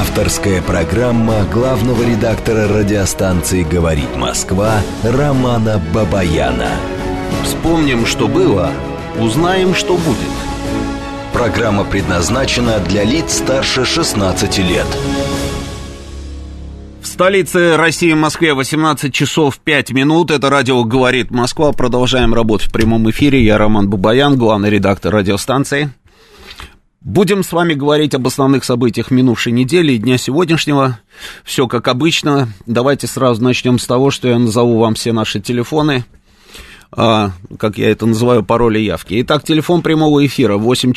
Авторская программа главного редактора радиостанции «Говорит Москва» Романа Бабаяна. Вспомним, что было, узнаем, что будет. Программа предназначена для лиц старше 16 лет. В столице России, Москве, 18 часов 5 минут. Это радио «Говорит Москва». Продолжаем работать в прямом эфире. Я Роман Бабаян, главный редактор радиостанции. Будем с вами говорить об основных событиях минувшей недели и дня сегодняшнего. Все как обычно. Давайте сразу начнем с того, что я назову вам все наши телефоны. Как я это называю, пароли явки. Итак, телефон прямого эфира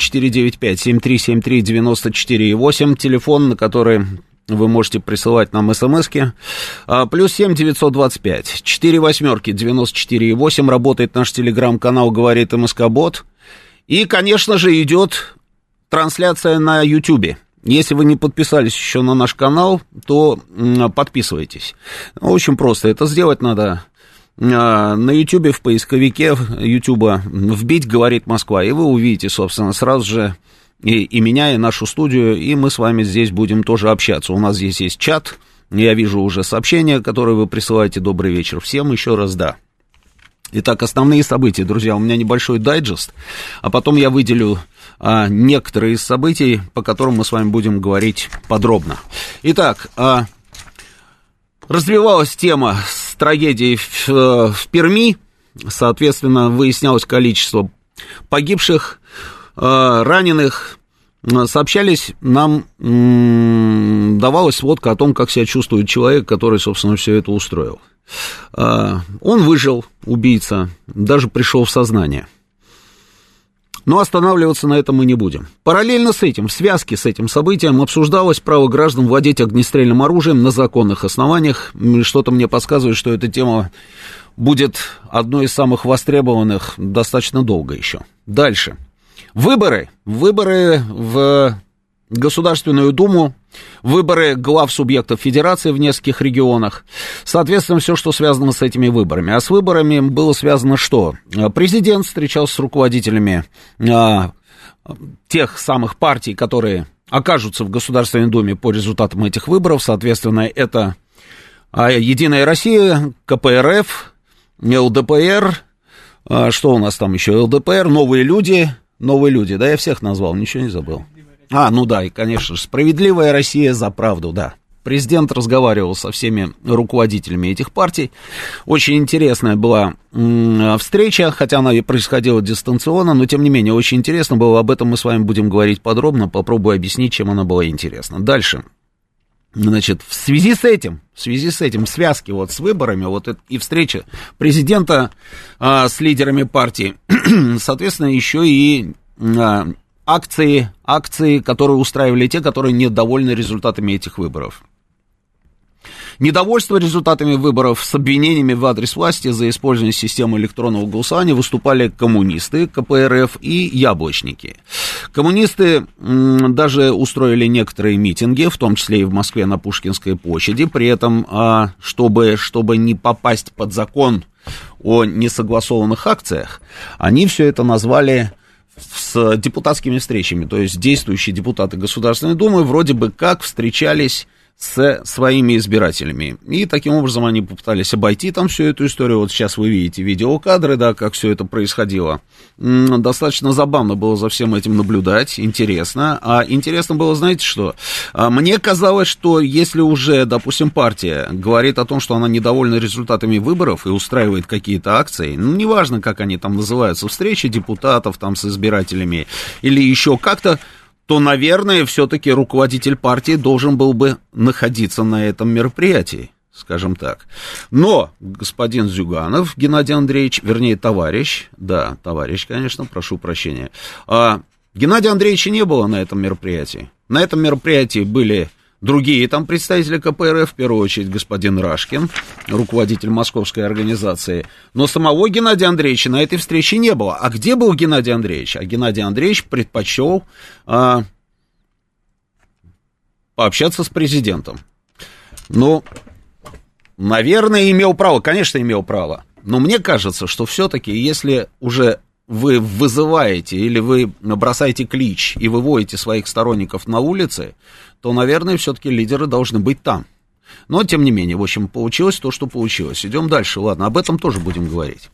8495-7373-94,8. Телефон, на который вы можете присылать нам смски. Плюс 7 925 4 восьмерки 94,8. Работает наш телеграм-канал «Говорит МСК-бот». И, конечно же, идет трансляция на Ютубе. Если вы не подписались еще на наш канал, то подписывайтесь. Очень просто. Это сделать надо на Ютубе, в поисковике Ютуба вбить «Говорит Москва», и вы увидите, собственно, сразу же и меня, и нашу студию, и мы с вами здесь будем тоже общаться. У нас здесь есть чат, я вижу уже сообщения, которые вы присылаете. Добрый вечер всем еще раз, да. Итак, основные события, друзья, у меня небольшой дайджест, а потом я выделю некоторые из событий, по которым мы с вами будем говорить подробно. Итак, развивалась тема с трагедией в Перми, соответственно, выяснялось количество погибших, раненых. Сообщались нам, давалась сводка о том, как себя чувствует человек, который, собственно, все это устроил. Он выжил, убийца, даже пришел в сознание. Но останавливаться на этом мы не будем. Параллельно с этим, в связке с этим событием, обсуждалось право граждан владеть огнестрельным оружием на законных основаниях. Что-то мне подсказывает, что эта тема будет одной из самых востребованных достаточно долго еще. Дальше. Выборы в Государственную Думу, выборы глав субъектов федерации в нескольких регионах, соответственно, все, что связано с этими выборами. А с выборами было связано что? Президент встречался с руководителями тех самых партий, которые окажутся в Государственной Думе по результатам этих выборов, соответственно, это Единая Россия, КПРФ, ЛДПР, что у нас там еще, ЛДПР, Новые люди, да, я всех назвал, ничего не забыл. Ну да, и, конечно же, «Справедливая Россия за правду», да. Президент разговаривал со всеми руководителями этих партий. Очень интересная была встреча, хотя она и происходила дистанционно, но, тем не менее, очень интересно было. Об этом мы с вами будем говорить подробно. Попробую объяснить, чем она была интересна. Дальше. Значит, в связи с этим, в связке вот с выборами, вот и встреча президента с лидерами партии, соответственно, еще и акции, которые устраивали те, которые недовольны результатами этих выборов. Недовольство результатами выборов с обвинениями в адрес власти за использование системы электронного голосования выступали коммунисты, КПРФ и яблочники. Коммунисты даже устроили некоторые митинги, в том числе и в Москве на Пушкинской площади, при этом, чтобы не попасть под закон о несогласованных акциях, они все это назвали с депутатскими встречами, то есть действующие депутаты Государственной Думы вроде бы как встречались с своими избирателями. И таким образом они попытались обойти там всю эту историю. Вот сейчас вы видите видеокадры, да, как все это происходило. Достаточно забавно было за всем этим наблюдать, интересно. А интересно было, знаете что? Мне казалось, что если уже, допустим, партия говорит о том, что она недовольна результатами выборов и устраивает какие-то акции, неважно, как они там называются, встречи депутатов там с избирателями или еще как-то, то, наверное, все-таки руководитель партии должен был бы находиться на этом мероприятии, скажем так. Но господин Зюганов Геннадий Андреевич, вернее, товарищ, конечно, прошу прощения, Геннадия Андреевича не было на этом мероприятии. На этом мероприятии были другие там представители КПРФ, в первую очередь господин Рашкин, руководитель московской организации, но самого Геннадия Андреевича на этой встрече не было. А где был Геннадий Андреевич? А Геннадий Андреевич предпочел пообщаться с президентом. Ну, наверное, имел право, конечно, имел право, но мне кажется, что все-таки, если уже вы вызываете или вы бросаете клич и выводите своих сторонников на улицы, то, наверное, все-таки лидеры должны быть там. Но, тем не менее, в общем, получилось то, что получилось. Идем дальше, ладно, об этом тоже будем говорить.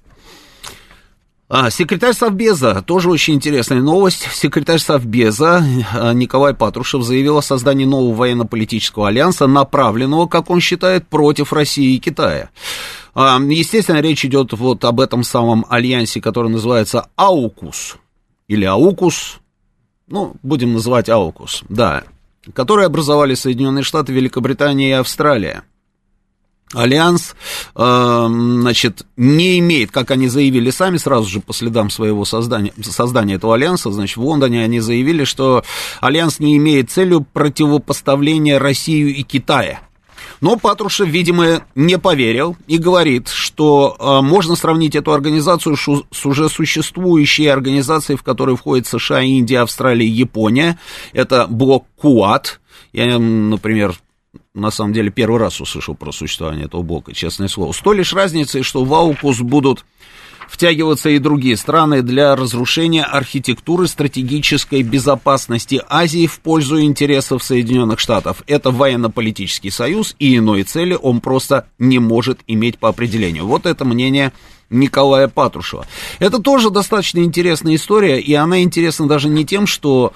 Секретарь Совбеза, тоже очень интересная новость. Секретарь Совбеза Николай Патрушев заявил о создании нового военно-политического альянса, направленного, как он считает, против России и Китая. Естественно, речь идет вот об этом самом альянсе, который называется АУКУС, или АУКУС, ну, будем называть АУКУС, да, который образовали Соединенные Штаты, Великобритания и Австралия. Альянс, значит, не имеет, как они заявили сами, сразу же по следам своего создания этого альянса, значит, в Лондоне они заявили, что альянс не имеет целью противопоставления России и Китая. Но Патрушев, видимо, не поверил и говорит, что можно сравнить эту организацию с уже существующей организацией, в которой входят США, Индия, Австралия и Япония. Это блок КУАД. Я, например, на самом деле первый раз услышал про существование этого блока, честное слово. С той лишь разницей, что в АУКУС будут втягиваться и другие страны для разрушения архитектуры стратегической безопасности Азии в пользу интересов Соединенных Штатов. Это военно-политический союз, и иной цели он просто не может иметь по определению. Вот это мнение Николая Патрушева. Это тоже достаточно интересная история, и она интересна даже не тем, что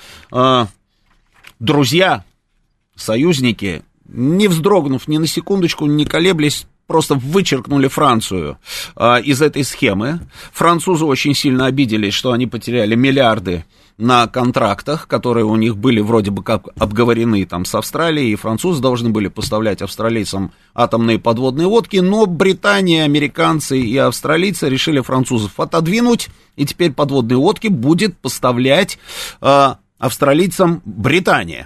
друзья, союзники, не вздрогнув ни на секундочку, не колеблясь, просто вычеркнули Францию из этой схемы. Французы очень сильно обиделись, что они потеряли миллиарды на контрактах, которые у них были вроде бы как обговорены там с Австралией, и французы должны были поставлять австралийцам атомные подводные лодки, но Британия, американцы и австралийцы решили французов отодвинуть, и теперь подводные лодки будет поставлять австралийцам Британия.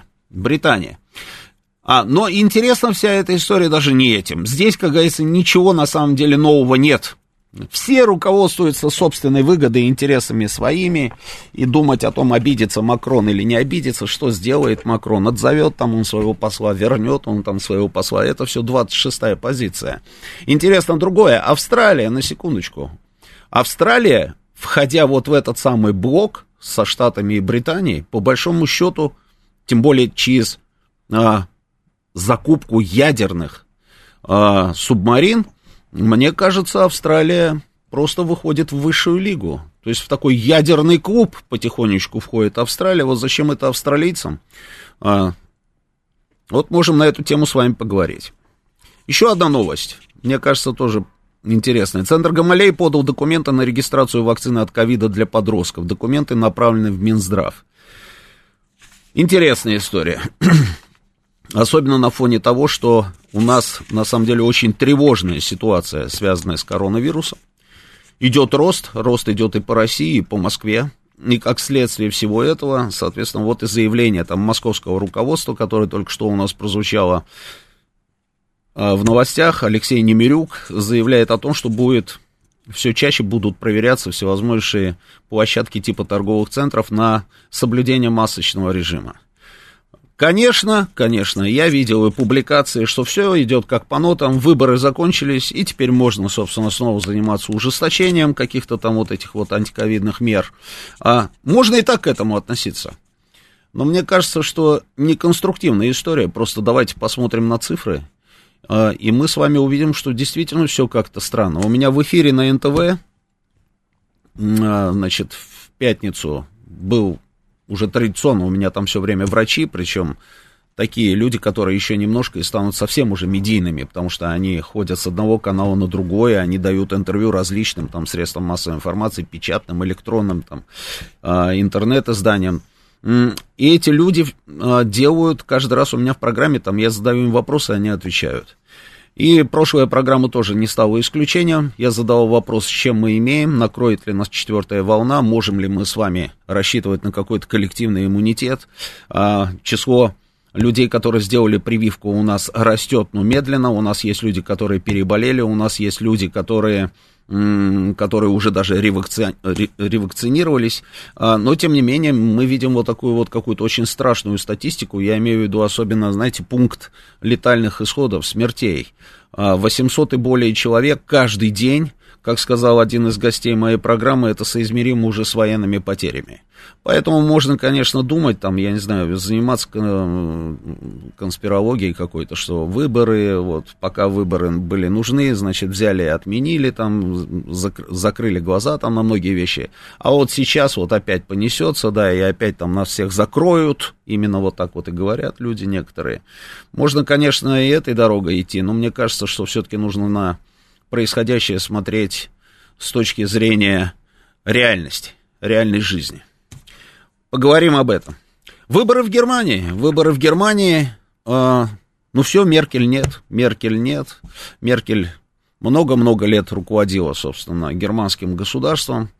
Но интересна вся эта история даже не этим. Здесь, как говорится, ничего на самом деле нового нет. Все руководствуются собственной выгодой и интересами своими, и думать о том, обидится Макрон или не обидится, что сделает Макрон. Отзовет там он своего посла, вернет он там своего посла. Это все 26-я позиция. Интересно другое. Австралия, на секундочку. Австралия, входя вот в этот самый блок со Штатами и Британией, по большому счету, тем более через закупку ядерных субмарин, мне кажется, Австралия просто выходит в высшую лигу. То есть в такой ядерный клуб потихонечку входит Австралия. Вот зачем это австралийцам? Вот можем на эту тему с вами поговорить. Еще одна новость, мне кажется, тоже интересная. Центр Гамалеи подал документы на регистрацию вакцины от ковида для подростков. Документы направлены в Минздрав. Интересная история. Особенно на фоне того, что у нас, на самом деле, очень тревожная ситуация, связанная с коронавирусом. Идет рост идет и по России, и по Москве. И как следствие всего этого, соответственно, вот и заявление там московского руководства, которое только что у нас прозвучало в новостях. Алексей Немирюк заявляет о том, что все чаще будут проверяться всевозможные площадки типа торговых центров на соблюдение масочного режима. Конечно, я видел и публикации, что все идет как по нотам, выборы закончились, и теперь можно, собственно, снова заниматься ужесточением каких-то там вот этих вот антиковидных мер. Можно и так к этому относиться. Но мне кажется, что неконструктивная история, просто давайте посмотрим на цифры, и мы с вами увидим, что действительно все как-то странно. У меня в эфире на НТВ, значит, в пятницу был... Уже традиционно у меня там все время врачи, причем такие люди, которые еще немножко и станут совсем уже медийными, потому что они ходят с одного канала на другой, они дают интервью различным там средствам массовой информации, печатным, электронным, там, интернет-изданиям. И эти люди делают каждый раз у меня в программе, там я задаю им вопросы, они отвечают. И прошлая программа тоже не стала исключением. Я задал вопрос, с чем мы имеем, накроет ли нас 4-я волна, можем ли мы с вами рассчитывать на какой-то коллективный иммунитет. Число людей, которые сделали прививку, у нас растет, но медленно. У нас есть люди, которые переболели, у нас есть люди, которые уже даже ревакцинировались, но, тем не менее, мы видим вот такую вот какую-то очень страшную статистику, я имею в виду особенно, знаете, пункт летальных исходов, смертей. 800 и более человек каждый день, как сказал один из гостей моей программы, это соизмеримо уже с военными потерями. Поэтому можно, конечно, думать, там, я не знаю, заниматься конспирологией какой-то, что выборы, вот, пока выборы были нужны, значит, взяли и отменили, там, закрыли глаза там на многие вещи. А вот сейчас вот опять понесется, да, и опять там нас всех закроют, именно вот так вот и говорят люди некоторые. Можно, конечно, и этой дорогой идти, но мне кажется, что все-таки нужно на происходящее смотреть с точки зрения реальности, реальной жизни. Поговорим об этом. Выборы в Германии. Ну все, Меркель нет. Меркель много-много лет руководила, собственно, германским государством.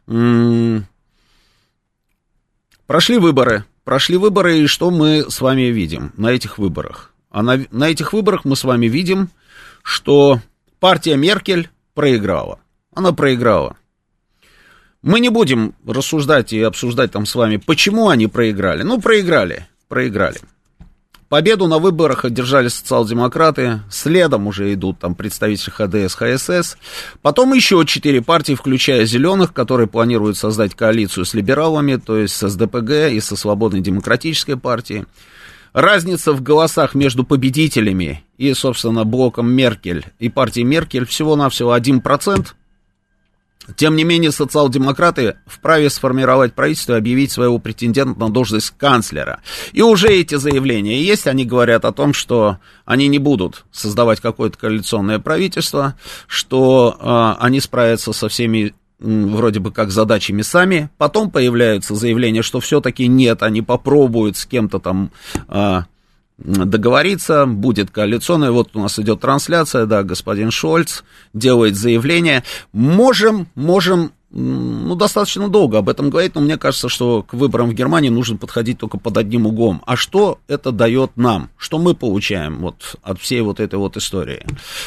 Прошли выборы, и что мы с вами видим на этих выборах? На этих выборах мы с вами видим, что партия Меркель проиграла. Она проиграла. Мы не будем рассуждать и обсуждать там с вами, почему они проиграли. Ну, проиграли. Победу на выборах одержали социал-демократы, следом уже идут там представители ХДС, ХСС, потом еще 4 партии, включая «Зеленых», которые планируют создать коалицию с либералами, то есть с СДПГ и со Свободной демократической партией. Разница в голосах между победителями и, собственно, блоком Меркель и партией Меркель всего-навсего 1%. Тем не менее, социал-демократы вправе сформировать правительство и объявить своего претендента на должность канцлера. И уже эти заявления есть, они говорят о том, что они не будут создавать какое-то коалиционное правительство, что они справятся со всеми вроде бы как задачами сами. Потом появляются заявления, что все-таки нет, они попробуют с кем-то там договориться, будет коалиционная. Вот у нас идет трансляция, да, господин Шольц делает заявление. Можем, достаточно долго об этом говорить, но мне кажется, что к выборам в Германии нужно подходить только под одним углом. А что это дает нам? Что мы получаем вот от всей вот этой вот истории?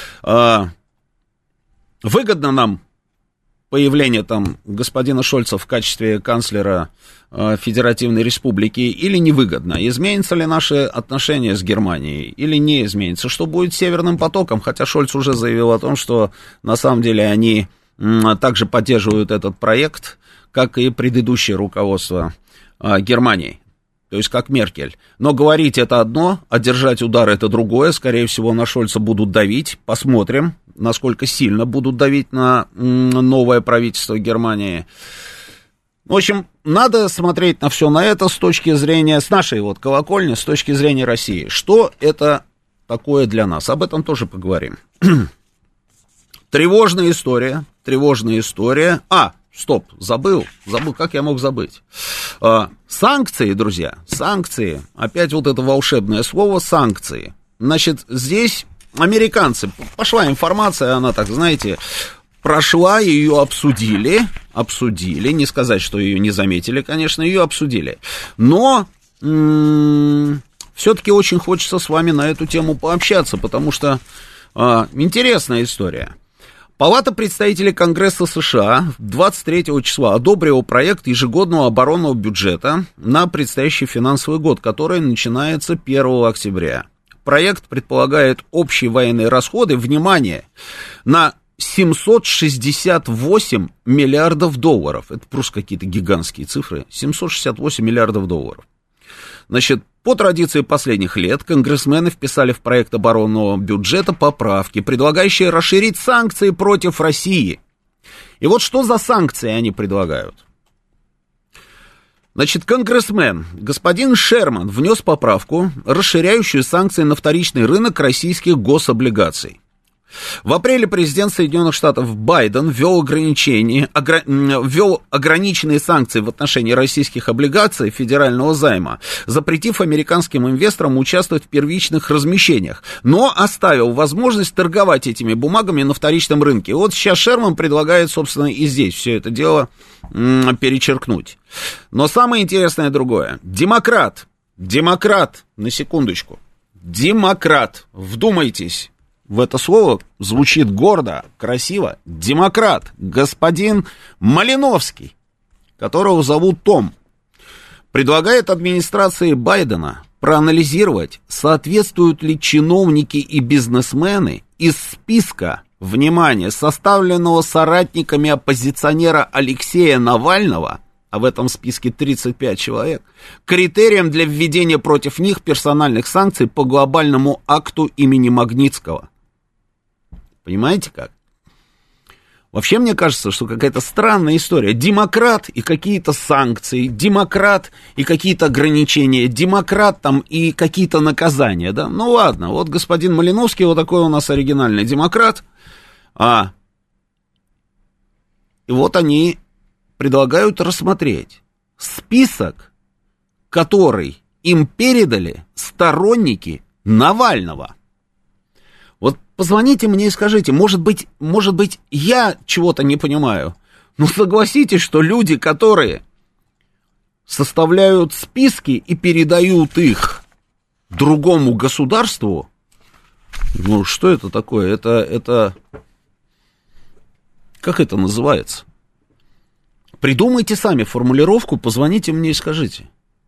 Выгодно нам появление там господина Шольца в качестве канцлера Федеративной Республики или невыгодно? Изменятся ли наши отношения с Германией или не изменятся? Что будет с Северным потоком? Хотя Шольц уже заявил о том, что на самом деле они также поддерживают этот проект, как и предыдущее руководство Германии. То есть как Меркель. Но говорить это одно, а держать удар это другое. Скорее всего, на Шольца будут давить. Посмотрим, насколько сильно будут давить на новое правительство Германии. В общем, надо смотреть на все на это с точки зрения, с нашей вот колокольни, с точки зрения России. Что это такое для нас? Об этом тоже поговорим. Тревожная история. Стоп, забыл, как я мог забыть. Санкции, друзья, санкции. Опять вот это волшебное слово санкции. Значит, здесь американцы, пошла информация, она так, знаете, прошла, ее обсудили, не сказать, что ее не заметили, конечно, ее обсудили. Но все-таки очень хочется с вами на эту тему пообщаться, потому что интересная история. Палата представителей Конгресса США 23 числа одобрила проект ежегодного оборонного бюджета на предстоящий финансовый год, который начинается 1 октября. Проект предполагает общие военные расходы, внимание, на 768 миллиардов долларов. Это просто какие-то гигантские цифры. 768 миллиардов долларов. Значит, по традиции последних лет конгрессмены вписали в проект оборонного бюджета поправки, предлагающие расширить санкции против России. И вот что за санкции они предлагают? Значит, конгрессмен господин Шерман внес поправку, расширяющую санкции на вторичный рынок российских гособлигаций. В апреле президент Соединенных Штатов Байден ввел ограниченные санкции в отношении российских облигаций федерального займа, запретив американским инвесторам участвовать в первичных размещениях, но оставил возможность торговать этими бумагами на вторичном рынке. И вот сейчас Шерман предлагает, собственно, и здесь все это дело перечеркнуть. Но самое интересное другое. Демократ, на секундочку, демократ, вдумайтесь. В это слово звучит гордо, красиво. Демократ, господин Малиновский, которого зовут Том, предлагает администрации Байдена проанализировать, соответствуют ли чиновники и бизнесмены из списка, внимание, составленного соратниками оппозиционера Алексея Навального, а в этом списке 35 человек, критериям для введения против них персональных санкций по глобальному акту имени Магнитского. Понимаете как? Вообще, мне кажется, что какая-то странная история. Демократ и какие-то санкции, демократ и какие-то ограничения, демократ там и какие-то наказания, да? Ну ладно, вот господин Малиновский, вот такой у нас оригинальный демократ. И вот они предлагают рассмотреть список, который им передали сторонники Навального. Вот позвоните мне и скажите, может быть, я чего-то не понимаю. Но согласитесь, что люди, которые составляют списки и передают их другому государству, ну, что это такое? Это... Как это называется? Придумайте сами формулировку, позвоните мне и скажите.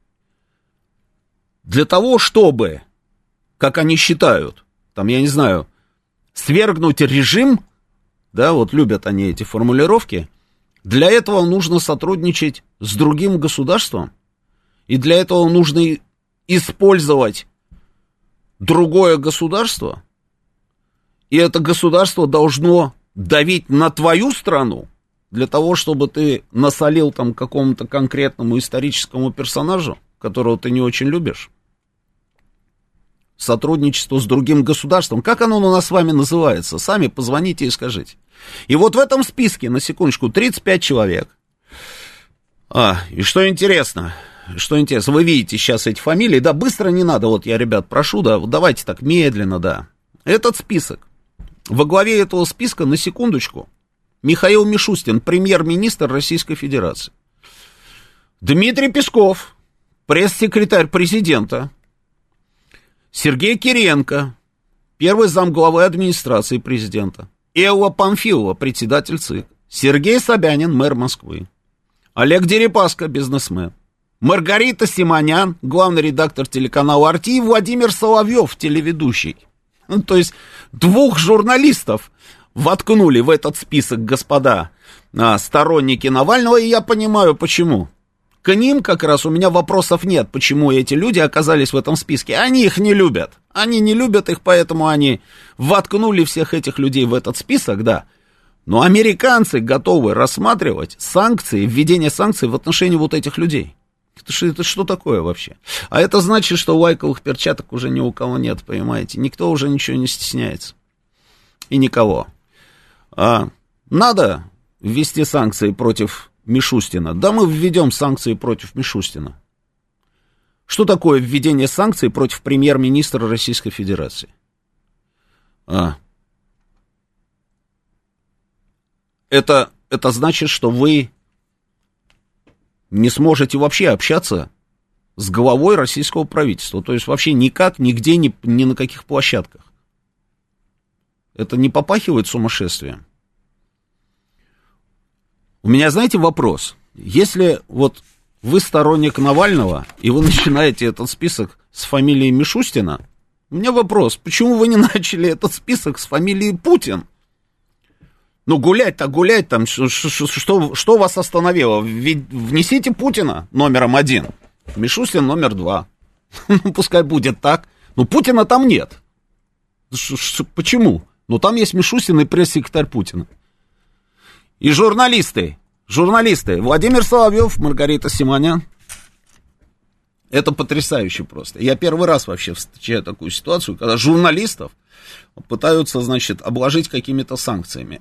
Для того, чтобы, как они считают, там, я не знаю, свергнуть режим, да, вот любят они эти формулировки, для этого нужно сотрудничать с другим государством, и для этого нужно использовать другое государство, и это государство должно давить на твою страну, для того, чтобы ты насолил там какому-то конкретному историческому персонажу, которого ты не очень любишь. Сотрудничество с другим государством. Как оно у нас с вами называется? Сами позвоните и скажите. И вот в этом списке, на секундочку, 35 человек. И что интересно, вы видите сейчас эти фамилии, да, быстро не надо, вот я, ребят, прошу, да, вот давайте так медленно, да. Этот список, во главе этого списка, на секундочку, Михаил Мишустин, премьер-министр Российской Федерации. Дмитрий Песков, пресс-секретарь президента. Сергей Кириенко, первый замглавы администрации президента. Элла Памфилова, председатель ЦИК. Сергей Собянин, мэр Москвы. Олег Дерипаска, бизнесмен. Маргарита Симонян, главный редактор телеканала «Арти», и Владимир Соловьев, телеведущий. Ну, то есть 2 журналистов воткнули в этот список, господа, сторонники Навального, и я понимаю, почему. К ним как раз у меня вопросов нет, почему эти люди оказались в этом списке. Они их не любят. Они не любят их, поэтому они воткнули всех этих людей в этот список, да. Но американцы готовы рассматривать санкции, введение санкций в отношении вот этих людей. Это что такое вообще? А это значит, что лайковых перчаток уже ни у кого нет, понимаете? Никто уже ничего не стесняется. И никого. Надо ввести санкции против Мишустина. Да, мы введем санкции против Мишустина. Что такое введение санкций против премьер-министра Российской Федерации? Это значит, что вы не сможете вообще общаться с главой российского правительства. То есть вообще никак, нигде, ни на каких площадках. Это не попахивает сумасшествием? У меня, знаете, вопрос. Если вот вы сторонник Навального, и вы начинаете этот список с фамилией Мишустина, у меня вопрос, почему вы не начали этот список с фамилией Путин? Ну, гулять-то гулять, там, что вас остановило? Внесите Путина номером 1, Мишустин номер 2. Ну, пускай будет так. Но Путина там нет. Почему? Ну, там есть Мишустин и пресс-секретарь Путина. И журналисты, Владимир Соловьев, Маргарита Симонян. Это потрясающе просто. Я первый раз вообще встречаю такую ситуацию, когда журналистов пытаются, значит, обложить какими-то санкциями.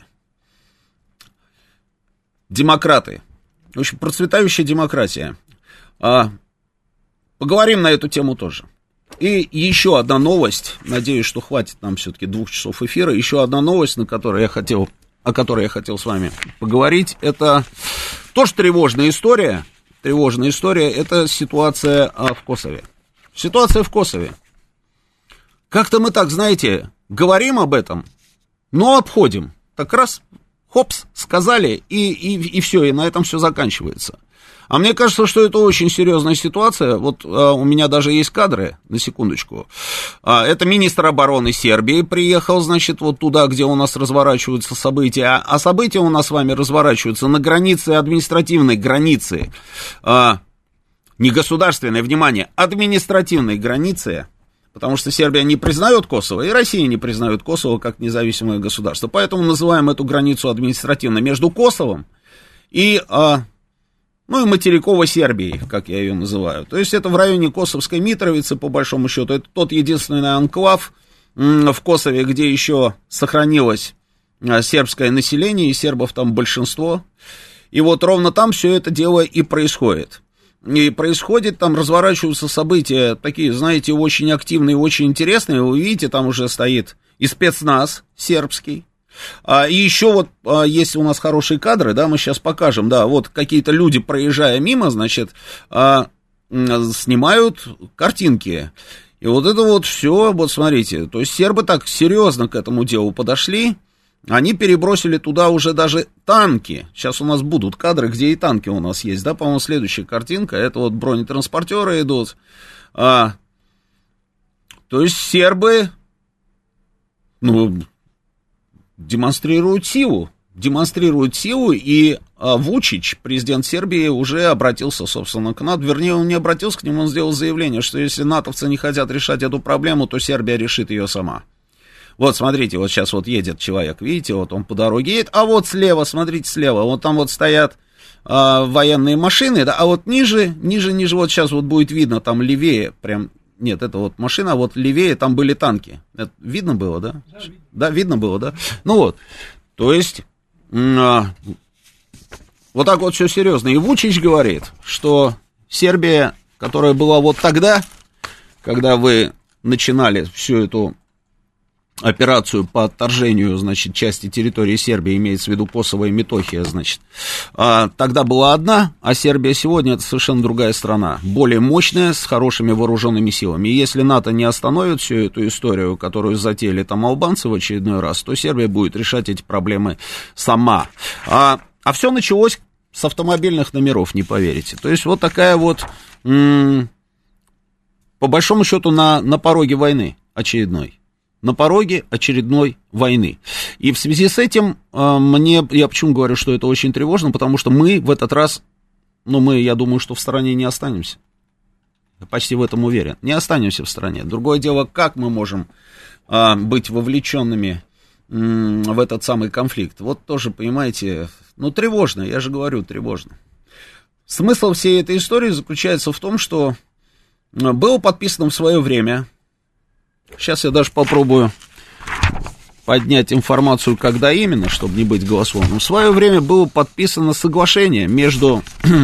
Демократы. В общем, процветающая демократия. Поговорим на эту тему тоже. И еще одна новость. Надеюсь, что хватит нам все-таки 2 часов эфира. Еще одна новость, о которой я хотел с вами поговорить. Это тоже тревожная история. Это ситуация в Косове. Ситуация в Косове. Как-то мы так, знаете, говорим об этом, но обходим. Так раз, хопс, сказали, и все, и на этом все заканчивается. А мне кажется, что это очень серьезная ситуация. Вот у меня даже есть кадры, на секундочку. Это министр обороны Сербии приехал, значит, вот туда, где у нас разворачиваются события. А события у нас с вами разворачиваются на границе, административной границы. Не государственной, внимание, административной границы. Потому что Сербия не признает Косово, и Россия не признает Косово как независимое государство. Поэтому называем эту границу административной между Косовом и... и материковой Сербии, как я ее называю. То есть это в районе Косовской Митровицы, по большому счету. Это тот единственный анклав в Косове, где еще сохранилось сербское население, и сербов там большинство. И вот ровно там все это дело и происходит. И происходит, там разворачиваются события такие, знаете, очень активные, очень интересные. Вы видите, там уже стоит и спецназ сербский. И еще вот есть у нас хорошие кадры, да, мы сейчас покажем, да, вот какие-то люди, проезжая мимо, значит, снимают картинки. И вот это вот все, вот смотрите, то есть сербы так серьезно к этому делу подошли, они перебросили туда уже даже танки. Сейчас у нас будут кадры, где и танки у нас есть, да, по-моему, следующая картинка, это вот бронетранспортеры идут. То есть сербы, демонстрируют силу, и Вучич, президент Сербии, уже обратился, собственно, к НАТО, вернее, он не обратился к нему, он сделал заявление, что если натовцы не хотят решать эту проблему, то Сербия решит ее сама. Вот, смотрите, вот сейчас вот едет человек, видите, вот он по дороге едет, а вот слева, смотрите, слева, вот там вот стоят военные машины, да, а вот ниже, вот сейчас вот будет видно, там левее, прям, нет, это вот машина, а вот левее там были танки. Это видно было, да? Да, видно было, да? Ну вот, то есть, вот так вот все серьезно. И Вучич говорит, что Сербия, которая была вот тогда, когда вы начинали всю эту операцию по отторжению, значит, части территории Сербии, имеется в виду Косово и Метохия, значит, тогда была одна, а Сербия сегодня это совершенно другая страна, более мощная, с хорошими вооруженными силами. И если НАТО не остановит всю эту историю, которую затеяли там албанцы в очередной раз, то Сербия будет решать эти проблемы сама. А все началось с автомобильных номеров, не поверите. То есть вот такая вот, по большому счету, на пороге войны очередной. На пороге очередной войны. И в связи с этим я почему говорю, что это очень тревожно, потому что мы в этот раз, я думаю, что в стороне не останемся. Я почти в этом уверен. Не останемся в стороне. Другое дело, как мы можем быть вовлеченными в этот самый конфликт. Вот тоже, понимаете, тревожно, я же говорю, тревожно. Смысл всей этой истории заключается в том, что было подписано в свое время. Сейчас я даже попробую поднять информацию, когда именно, чтобы не быть голословным. В свое время было подписано соглашение между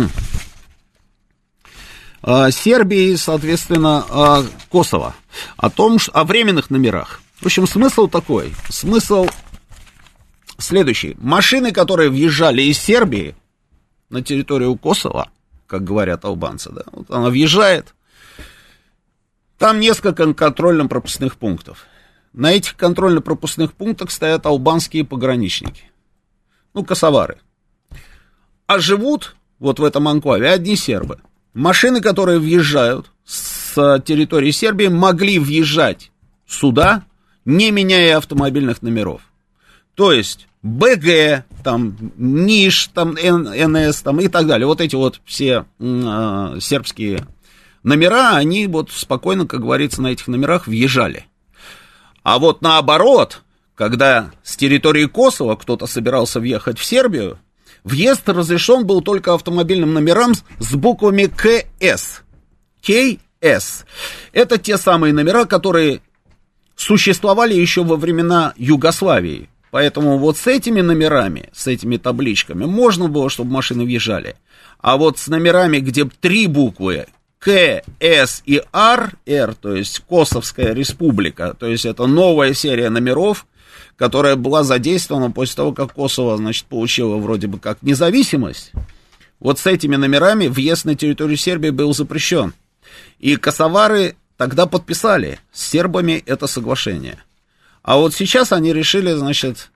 Сербией и, соответственно, Косово о временных номерах. В общем, смысл такой. Смысл следующий. Машины, которые въезжали из Сербии на территорию Косово, как говорят албанцы, да, вот она въезжает. Там несколько контрольно-пропускных пунктов. На этих контрольно-пропускных пунктах стоят албанские пограничники. Косовары. А живут вот в этом анклаве одни сербы. Машины, которые въезжают с территории Сербии, могли въезжать сюда, не меняя автомобильных номеров. То есть БГ, там, НИШ, там, НС, там, и так далее. Вот эти вот все сербские номера, они вот спокойно, как говорится, на этих номерах въезжали. А вот наоборот, когда с территории Косово кто-то собирался въехать в Сербию, въезд разрешен был только автомобильным номерам с буквами КС. КС. Это те самые номера, которые существовали еще во времена Югославии. Поэтому вот с этими номерами, с этими табличками можно было, чтобы машины въезжали. А вот с номерами, где 3 буквы К, С и Р, то есть Косовская республика, то есть это новая серия номеров, которая была задействована после того, как Косово, значит, получило вроде бы как независимость. Вот с этими номерами въезд на территорию Сербии был запрещен. И косовары тогда подписали с сербами это соглашение. А вот сейчас они решили, значит,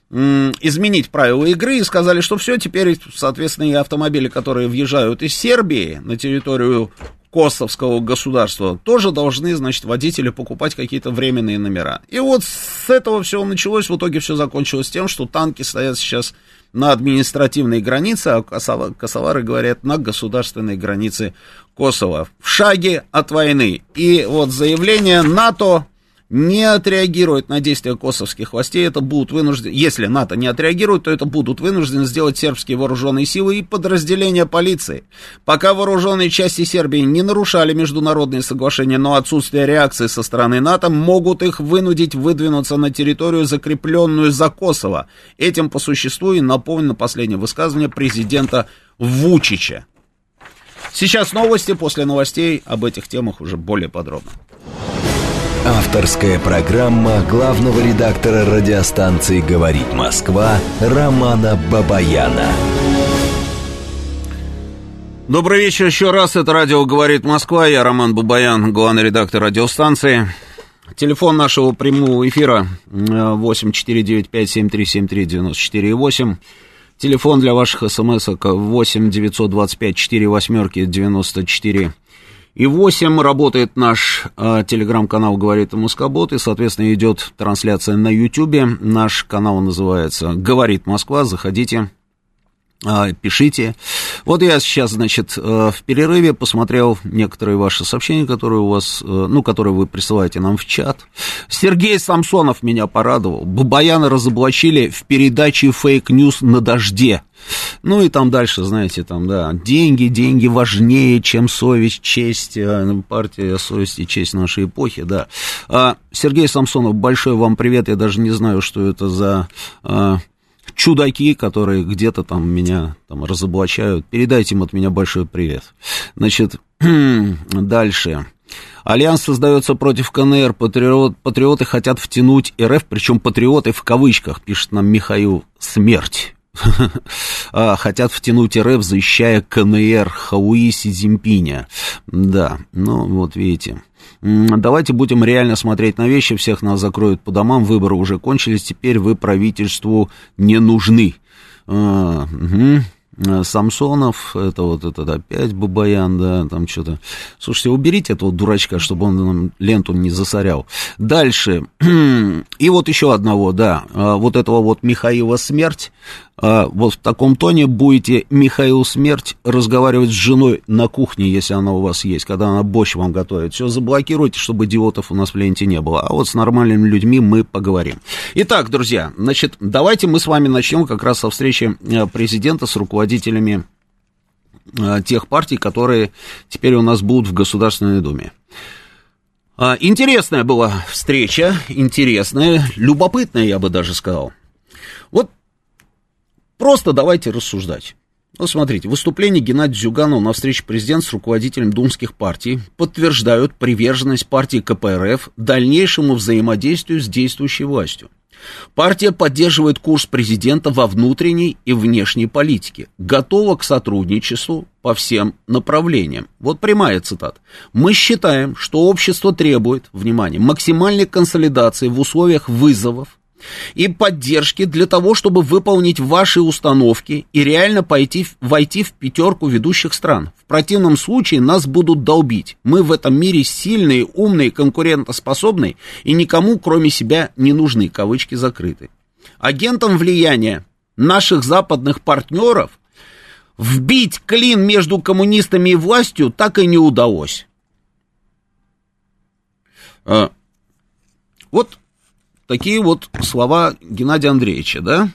изменить правила игры и сказали, что все, теперь, соответственно, и автомобили, которые въезжают из Сербии на территорию косовского государства, тоже должны, значит, водители покупать какие-то временные номера. И вот с этого все началось, в итоге все закончилось тем, что танки стоят сейчас на административной границе, а косовары говорят на государственной границе Косово. В шаге от войны. И вот заявление НАТО не отреагирует на действия косовских властей, это будут вынуждены, если НАТО не отреагирует, то это будут вынуждены сделать сербские вооруженные силы и подразделения полиции. Пока вооруженные части Сербии не нарушали международные соглашения, но отсутствие реакции со стороны НАТО могут их вынудить выдвинуться на территорию, закрепленную за Косово. Этим по существу и напомнено последнее высказывание президента Вучича. Сейчас новости, после новостей об этих темах уже более подробно. Авторская программа главного редактора радиостанции «Говорит Москва» Романа Бабаяна. Добрый вечер еще раз, это радио «Говорит Москва», я Роман Бабаян, главный редактор радиостанции. Телефон нашего прямого эфира 8495-7373-94,8. Телефон для ваших смс-ок 8-925-48-94. И 8 работает наш телеграм-канал «Говорит Москобот», и, соответственно, идет трансляция на Ютьюбе. Наш канал называется «Говорит Москва», заходите, пишите. Вот я сейчас, значит, в перерыве посмотрел некоторые ваши сообщения, которые у вас, которые вы присылаете нам в чат. Сергей Самсонов меня порадовал. Бабаяна разоблачили в передаче «Фейк-ньюс на дожде». Ну и там дальше, знаете, там, да, деньги важнее, чем совесть, честь, партия, совесть и честь нашей эпохи, да. Сергей Самсонов, большой вам привет, я даже не знаю, что это за чудаки, которые где-то там меня там разоблачают. Передайте им от меня большой привет. Значит, дальше. Альянс создается против КНР, патриоты хотят втянуть РФ, причем патриоты в кавычках, пишет нам Михаил Смерть. Хотят втянуть РФ, защищая КНР, Хауи, Си Цзиньпиня. Да, ну вот видите. Давайте будем реально смотреть на вещи, всех нас закроют по домам, выборы уже кончились, теперь вы правительству не нужны. Самсонов, это вот этот опять Бабаян, да, там что-то. Слушайте, уберите этого дурачка, чтобы он нам ленту не засорял. Дальше. И вот еще одного, да, вот этого вот Михаила Смерть. Вот в таком тоне будете, Михаил Смерть, разговаривать с женой на кухне, если она у вас есть, когда она борщ вам готовит. Все заблокируйте, чтобы идиотов у нас в ленте не было. А вот с нормальными людьми мы поговорим. Итак, друзья, значит, давайте мы с вами начнем как раз со встречи президента с руководителями тех партий, которые теперь у нас будут в Государственной Думе. Интересная была встреча, интересная, любопытная, я бы даже сказал. Вот просто давайте рассуждать. Вот смотрите, выступление Геннадия Зюганова на встрече президента с руководителем думских партий подтверждают приверженность партии КПРФ дальнейшему взаимодействию с действующей властью. Партия поддерживает курс президента во внутренней и внешней политике, готова к сотрудничеству по всем направлениям. Вот прямая цитата. «Мы считаем, что общество требует, внимание, максимальной консолидации в условиях вызовов и поддержки для того, чтобы выполнить ваши установки и реально войти в пятерку ведущих стран. В противном случае нас будут долбить. Мы в этом мире сильные, умные, конкурентоспособные и никому, кроме себя, не нужны», кавычки закрыты. Агентам влияния наших западных партнеров вбить клин между коммунистами и властью так и не удалось. Вот такие вот слова Геннадия Андреевича, да?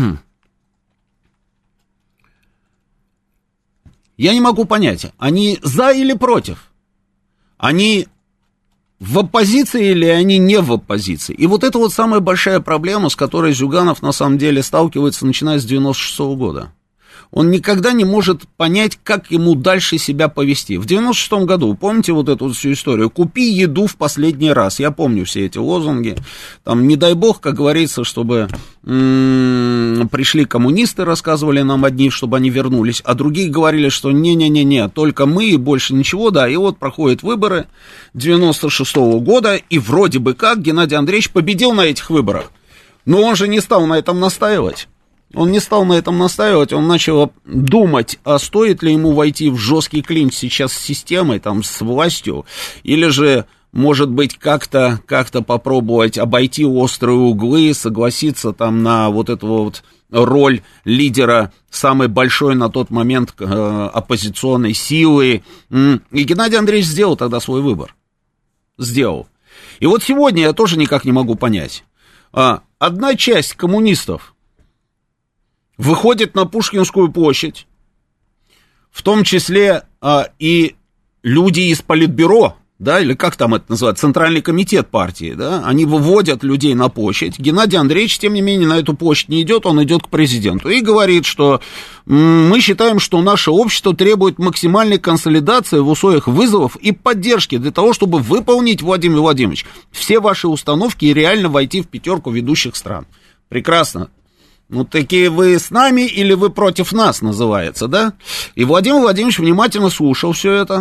Я не могу понять, они за или против? Они в оппозиции или они не в оппозиции? И вот это вот самая большая проблема, с которой Зюганов на самом деле сталкивается, начиная с 96 года. Он никогда не может понять, как ему дальше себя повести. В 96-м году, помните вот эту всю историю? «Купи еду в последний раз». Я помню все эти лозунги. Там, не дай бог, как говорится, чтобы пришли коммунисты, рассказывали нам одни, чтобы они вернулись, а другие говорили, что не-не-не-не, только мы и больше ничего, да. И вот проходят выборы 96-го года, и вроде бы как Геннадий Андреевич победил на этих выборах. Но он же не стал на этом настаивать. Он начал думать, а стоит ли ему войти в жесткий клинч сейчас с системой, там, с властью, или же, может быть, как-то попробовать обойти острые углы, согласиться там на вот эту вот роль лидера самой большой на тот момент оппозиционной силы. И Геннадий Андреевич сделал тогда свой выбор. Сделал. И вот сегодня я тоже никак не могу понять. Одна часть коммунистов выходит на Пушкинскую площадь, в том числе и люди из Политбюро, да, или как там это называется, Центральный комитет партии, да, они выводят людей на площадь. Геннадий Андреевич, тем не менее, на эту площадь не идет, он идет к президенту и говорит, что мы считаем, что наше общество требует максимальной консолидации в условиях вызовов и поддержки для того, чтобы выполнить, Владимир Владимирович, все ваши установки и реально войти в пятерку ведущих стран. Прекрасно. Ну, такие вы с нами или вы против нас, называется, да? И Владимир Владимирович внимательно слушал все это.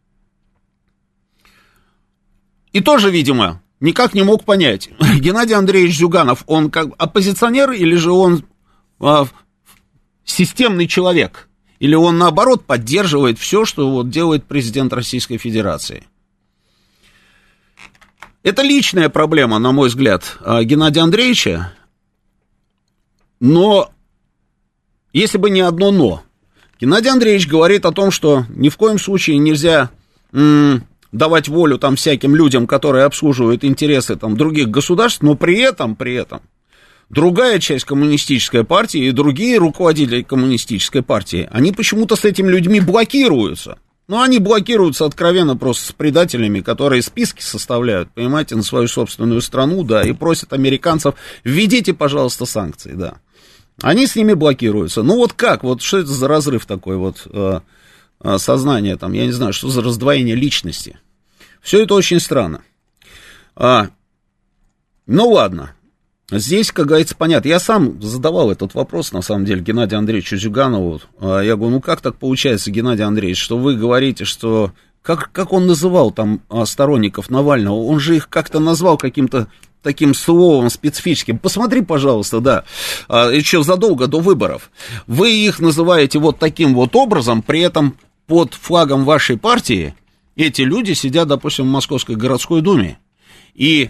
И тоже, видимо, никак не мог понять, Геннадий Андреевич Зюганов, он как оппозиционер или же он системный человек? Или он, наоборот, поддерживает все, что вот делает президент Российской Федерации? Это личная проблема, на мой взгляд, Геннадия Андреевича. Но, если бы не одно «но», Геннадий Андреевич говорит о том, что ни в коем случае нельзя давать волю там всяким людям, которые обслуживают интересы там других государств, но при этом другая часть коммунистической партии и другие руководители коммунистической партии, они почему-то с этими людьми блокируются. Ну, они блокируются откровенно просто с предателями, которые списки составляют, понимаете, на свою собственную страну, да, и просят американцев, введите, пожалуйста, санкции, да. Они с ними блокируются. Ну, вот как, вот что это за разрыв такой вот сознания, там, я не знаю, что за раздвоение личности. Все это очень странно. Ну, ладно. Здесь, как говорится, понятно. Я сам задавал этот вопрос, на самом деле, Геннадию Андреевичу Зюганову. Я говорю, ну как так получается, Геннадий Андреевич, что вы говорите, что... Как он называл там сторонников Навального? Он же их как-то назвал каким-то таким словом специфическим. Посмотри, пожалуйста, да, еще задолго до выборов. Вы их называете вот таким вот образом, при этом под флагом вашей партии эти люди сидят, допустим, в Московской городской думе. И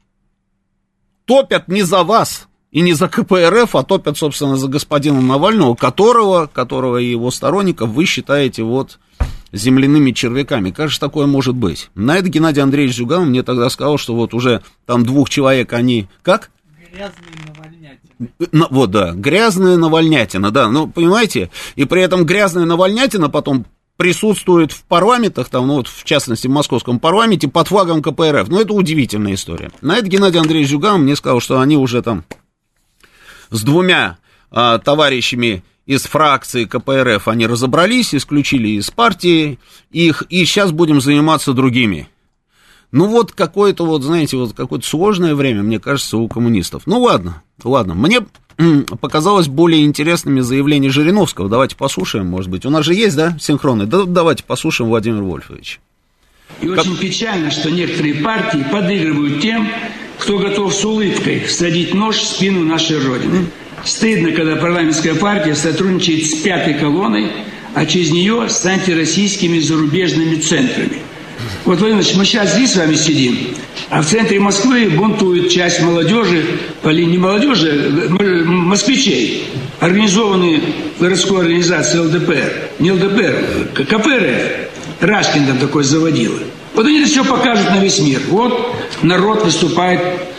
топят не за вас и не за КПРФ, а топят, собственно, за господина Навального, которого и его сторонников вы считаете вот земляными червяками. Как же такое может быть? На это Геннадий Андреевич Зюганов мне тогда сказал, что вот уже там 2 человек они... Как? Грязные навальнятины. Вот, да, грязная навальнятина, да, ну, понимаете, и при этом грязная навальнятина потом присутствует в парламентах, там, ну, вот, в частности, в московском парламенте под флагом КПРФ. Ну, это удивительная история. На это Геннадий Андреевич Зюганов мне сказал, что они уже там с 2 товарищами из фракции КПРФ они разобрались, исключили из партии их, и сейчас будем заниматься другими. Ну, вот какое-то, вот, знаете, вот какое-то сложное время, мне кажется, у коммунистов. Ну, ладно. Мне показалось более интересными заявления Жириновского. Давайте послушаем, может быть. У нас же есть, да, синхронный? Да, давайте послушаем Владимира Вольфовича. И очень печально, что некоторые партии подыгрывают тем, кто готов с улыбкой всадить нож в спину нашей Родины. Стыдно, когда парламентская партия сотрудничает с пятой колонной, а через нее с антироссийскими зарубежными центрами. Вот, Владимир Ильич, мы сейчас здесь с вами сидим, а в центре Москвы бунтует часть молодежи, не молодежи, москвичей, организованные городской организацией ЛДПР, не ЛДПР, КПРФ. Рашкин там такой заводила. Вот они это все покажут на весь мир. Вот народ выступает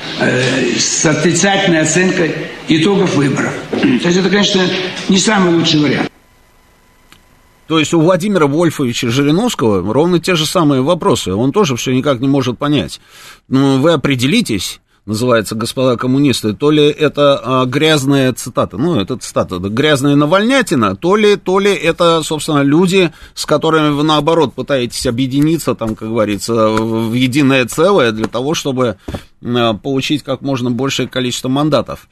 с отрицательной оценкой итогов выборов. То есть это, конечно, не самый лучший вариант. То есть у Владимира Вольфовича Жириновского ровно те же самые вопросы. Он тоже все никак не может понять. Ну, вы определитесь, называется, господа коммунисты, то ли это грязная цитата, ну, это цитата, грязная навальнятина, то ли это, собственно, люди, с которыми вы, наоборот, пытаетесь объединиться, там, как говорится, в единое целое для того, чтобы получить как можно большее количество мандатов.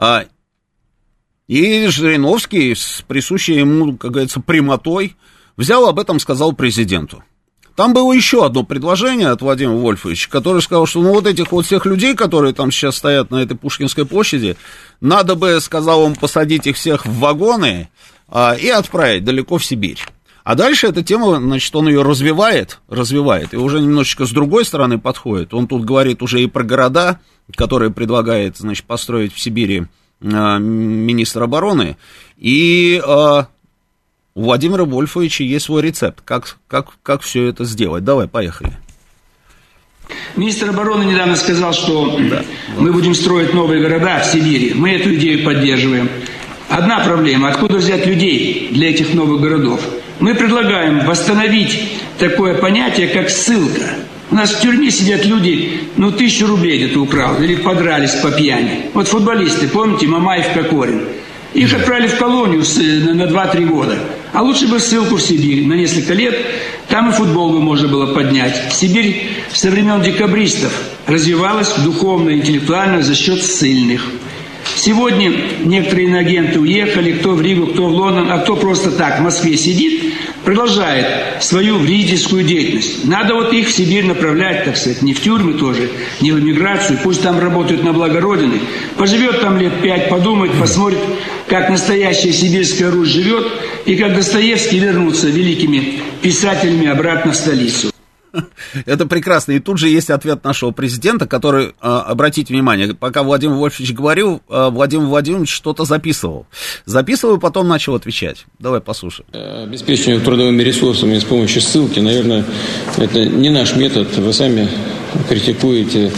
И Жириновский с присущей ему, как говорится, прямотой взял об этом, сказал президенту. Там было еще одно предложение от Владимира Вольфовича, который сказал, что ну вот этих вот всех людей, которые там сейчас стоят на этой Пушкинской площади, надо бы, сказал он, посадить их всех в вагоны и отправить далеко в Сибирь. А дальше эта тема, значит, он ее развивает, и уже немножечко с другой стороны подходит. Он тут говорит уже и про города, которые предлагает, значит, построить в Сибири министр обороны, и у Владимира Вольфовича есть свой рецепт, как все это сделать. Давай, поехали. Министр обороны недавно сказал, что мы будем строить новые города в Сибири. Мы эту идею поддерживаем. Одна проблема – откуда взять людей для этих новых городов? Мы предлагаем восстановить такое понятие, как ссылка. У нас в тюрьме сидят люди, 1000 рублей где-то украл, или подрались по пьяни. Вот футболисты, помните, Мамаев, Кокорин. Их отправили в колонию на 2-3 года. А лучше бы ссылку в Сибирь на несколько лет. Там и футбол бы можно было поднять. Сибирь со времен декабристов развивалась духовно и интеллектуально за счет ссыльных. Сегодня некоторые иноагенты уехали, кто в Ригу, кто в Лондон, а кто просто так в Москве сидит, продолжает свою вредительскую деятельность. Надо вот их в Сибирь направлять, так сказать, не в тюрьмы тоже, не в эмиграцию, пусть там работают на благо Родины. Поживет там лет 5, подумает, посмотрит, как настоящая сибирская Русь живет, и как Достоевский вернутся великими писателями обратно в столицу. Это прекрасно. И тут же есть ответ нашего президента, который, обратите внимание, пока Владимир Вольфович говорил, Владимир Владимирович что-то записывал. Записывал и потом начал отвечать. Давай послушаем. Обеспечение трудовыми ресурсами с помощью ссылки, наверное, это не наш метод. Вы сами критикуете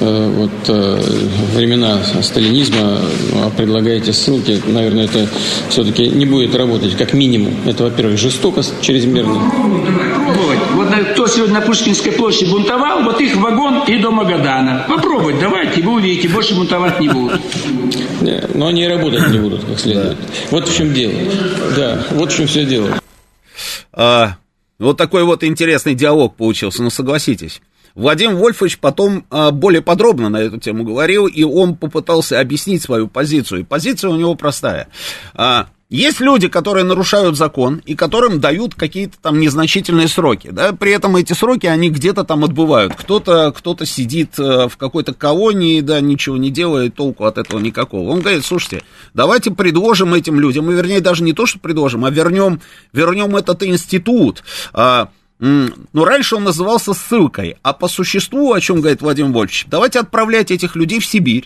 времена сталинизма, предлагаете ссылки. Наверное, это все-таки не будет работать как минимум. Это, во-первых, жестокость чрезмерная. Вот кто сегодня на Пушкинской площади бунтовал, вот их в вагон и до Магадана. Попробуйте, давайте, вы увидите, больше бунтовать не будут. Но они и работать не будут как следует. Да. Вот в чем дело. Да, вот в чем все дело. Вот такой вот интересный диалог получился, ну согласитесь. Владимир Вольфович потом более подробно на эту тему говорил, и он попытался объяснить свою позицию. И позиция у него простая. Есть люди, которые нарушают закон, и которым дают какие-то там незначительные сроки, да, при этом эти сроки, они где-то там отбывают. Кто-то сидит в какой-то колонии, да, ничего не делает, толку от этого никакого. Он говорит, слушайте, давайте предложим этим людям, и вернее даже не то, что предложим, а вернем этот институт. Но раньше он назывался ссылкой, а по существу, о чем говорит Владимир Вольфович, давайте отправлять этих людей в Сибирь.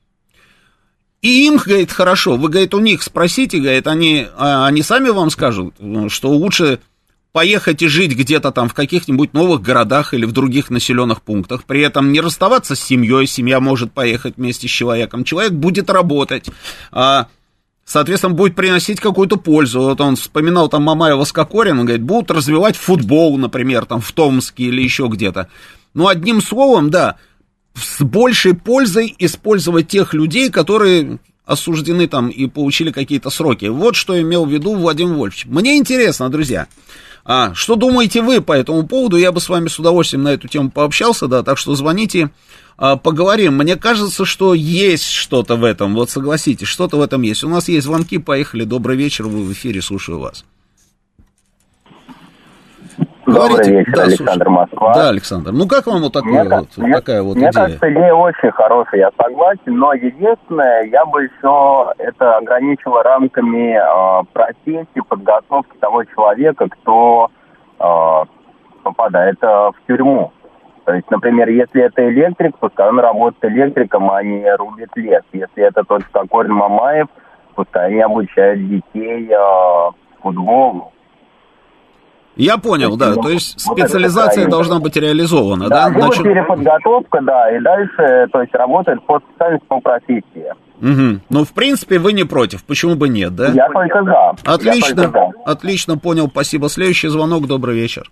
И им, говорит, хорошо, вы, говорит, у них спросите, говорит, они сами вам скажут, что лучше поехать и жить где-то там в каких-нибудь новых городах или в других населенных пунктах, при этом не расставаться с семьей, семья может поехать вместе с человеком, человек будет работать, соответственно, будет приносить какую-то пользу. Вот он вспоминал там Мамаева с Кокориным, он говорит, будут развивать футбол, например, там в Томске или еще где-то. Ну, одним словом, да, с большей пользой использовать тех людей, которые осуждены там и получили какие-то сроки. Вот что имел в виду Владимир Вольфович. Мне интересно, друзья, что думаете вы по этому поводу? Я бы с вами с удовольствием на эту тему пообщался, да, так что звоните, поговорим. Мне кажется, что есть что-то в этом, вот согласитесь, что-то в этом есть. У нас есть звонки, поехали, добрый вечер, вы в эфире, слушаю вас. Добрый вечер, Александр, Москва. Да, Александр. Ну, как вам вот такая вот идея? Мне кажется, идея очень хорошая, я согласен, но единственное, я бы еще это ограничил рамками профессии, подготовки того человека, кто попадает в тюрьму. То есть, например, если это электрик, пускай он работает электриком, а не рубит лес. Если это тот же Кокорин, Мамаев, пускай они обучают детей футболу. Я понял, да, то есть специализация должна быть реализована, да? Да, переподготовка, да, и дальше, то есть работает по специальности, по профессии. Угу. Ну, в принципе, вы не против, почему бы нет, да? Я только за. Отлично, отлично, понял, спасибо. Следующий звонок, добрый вечер.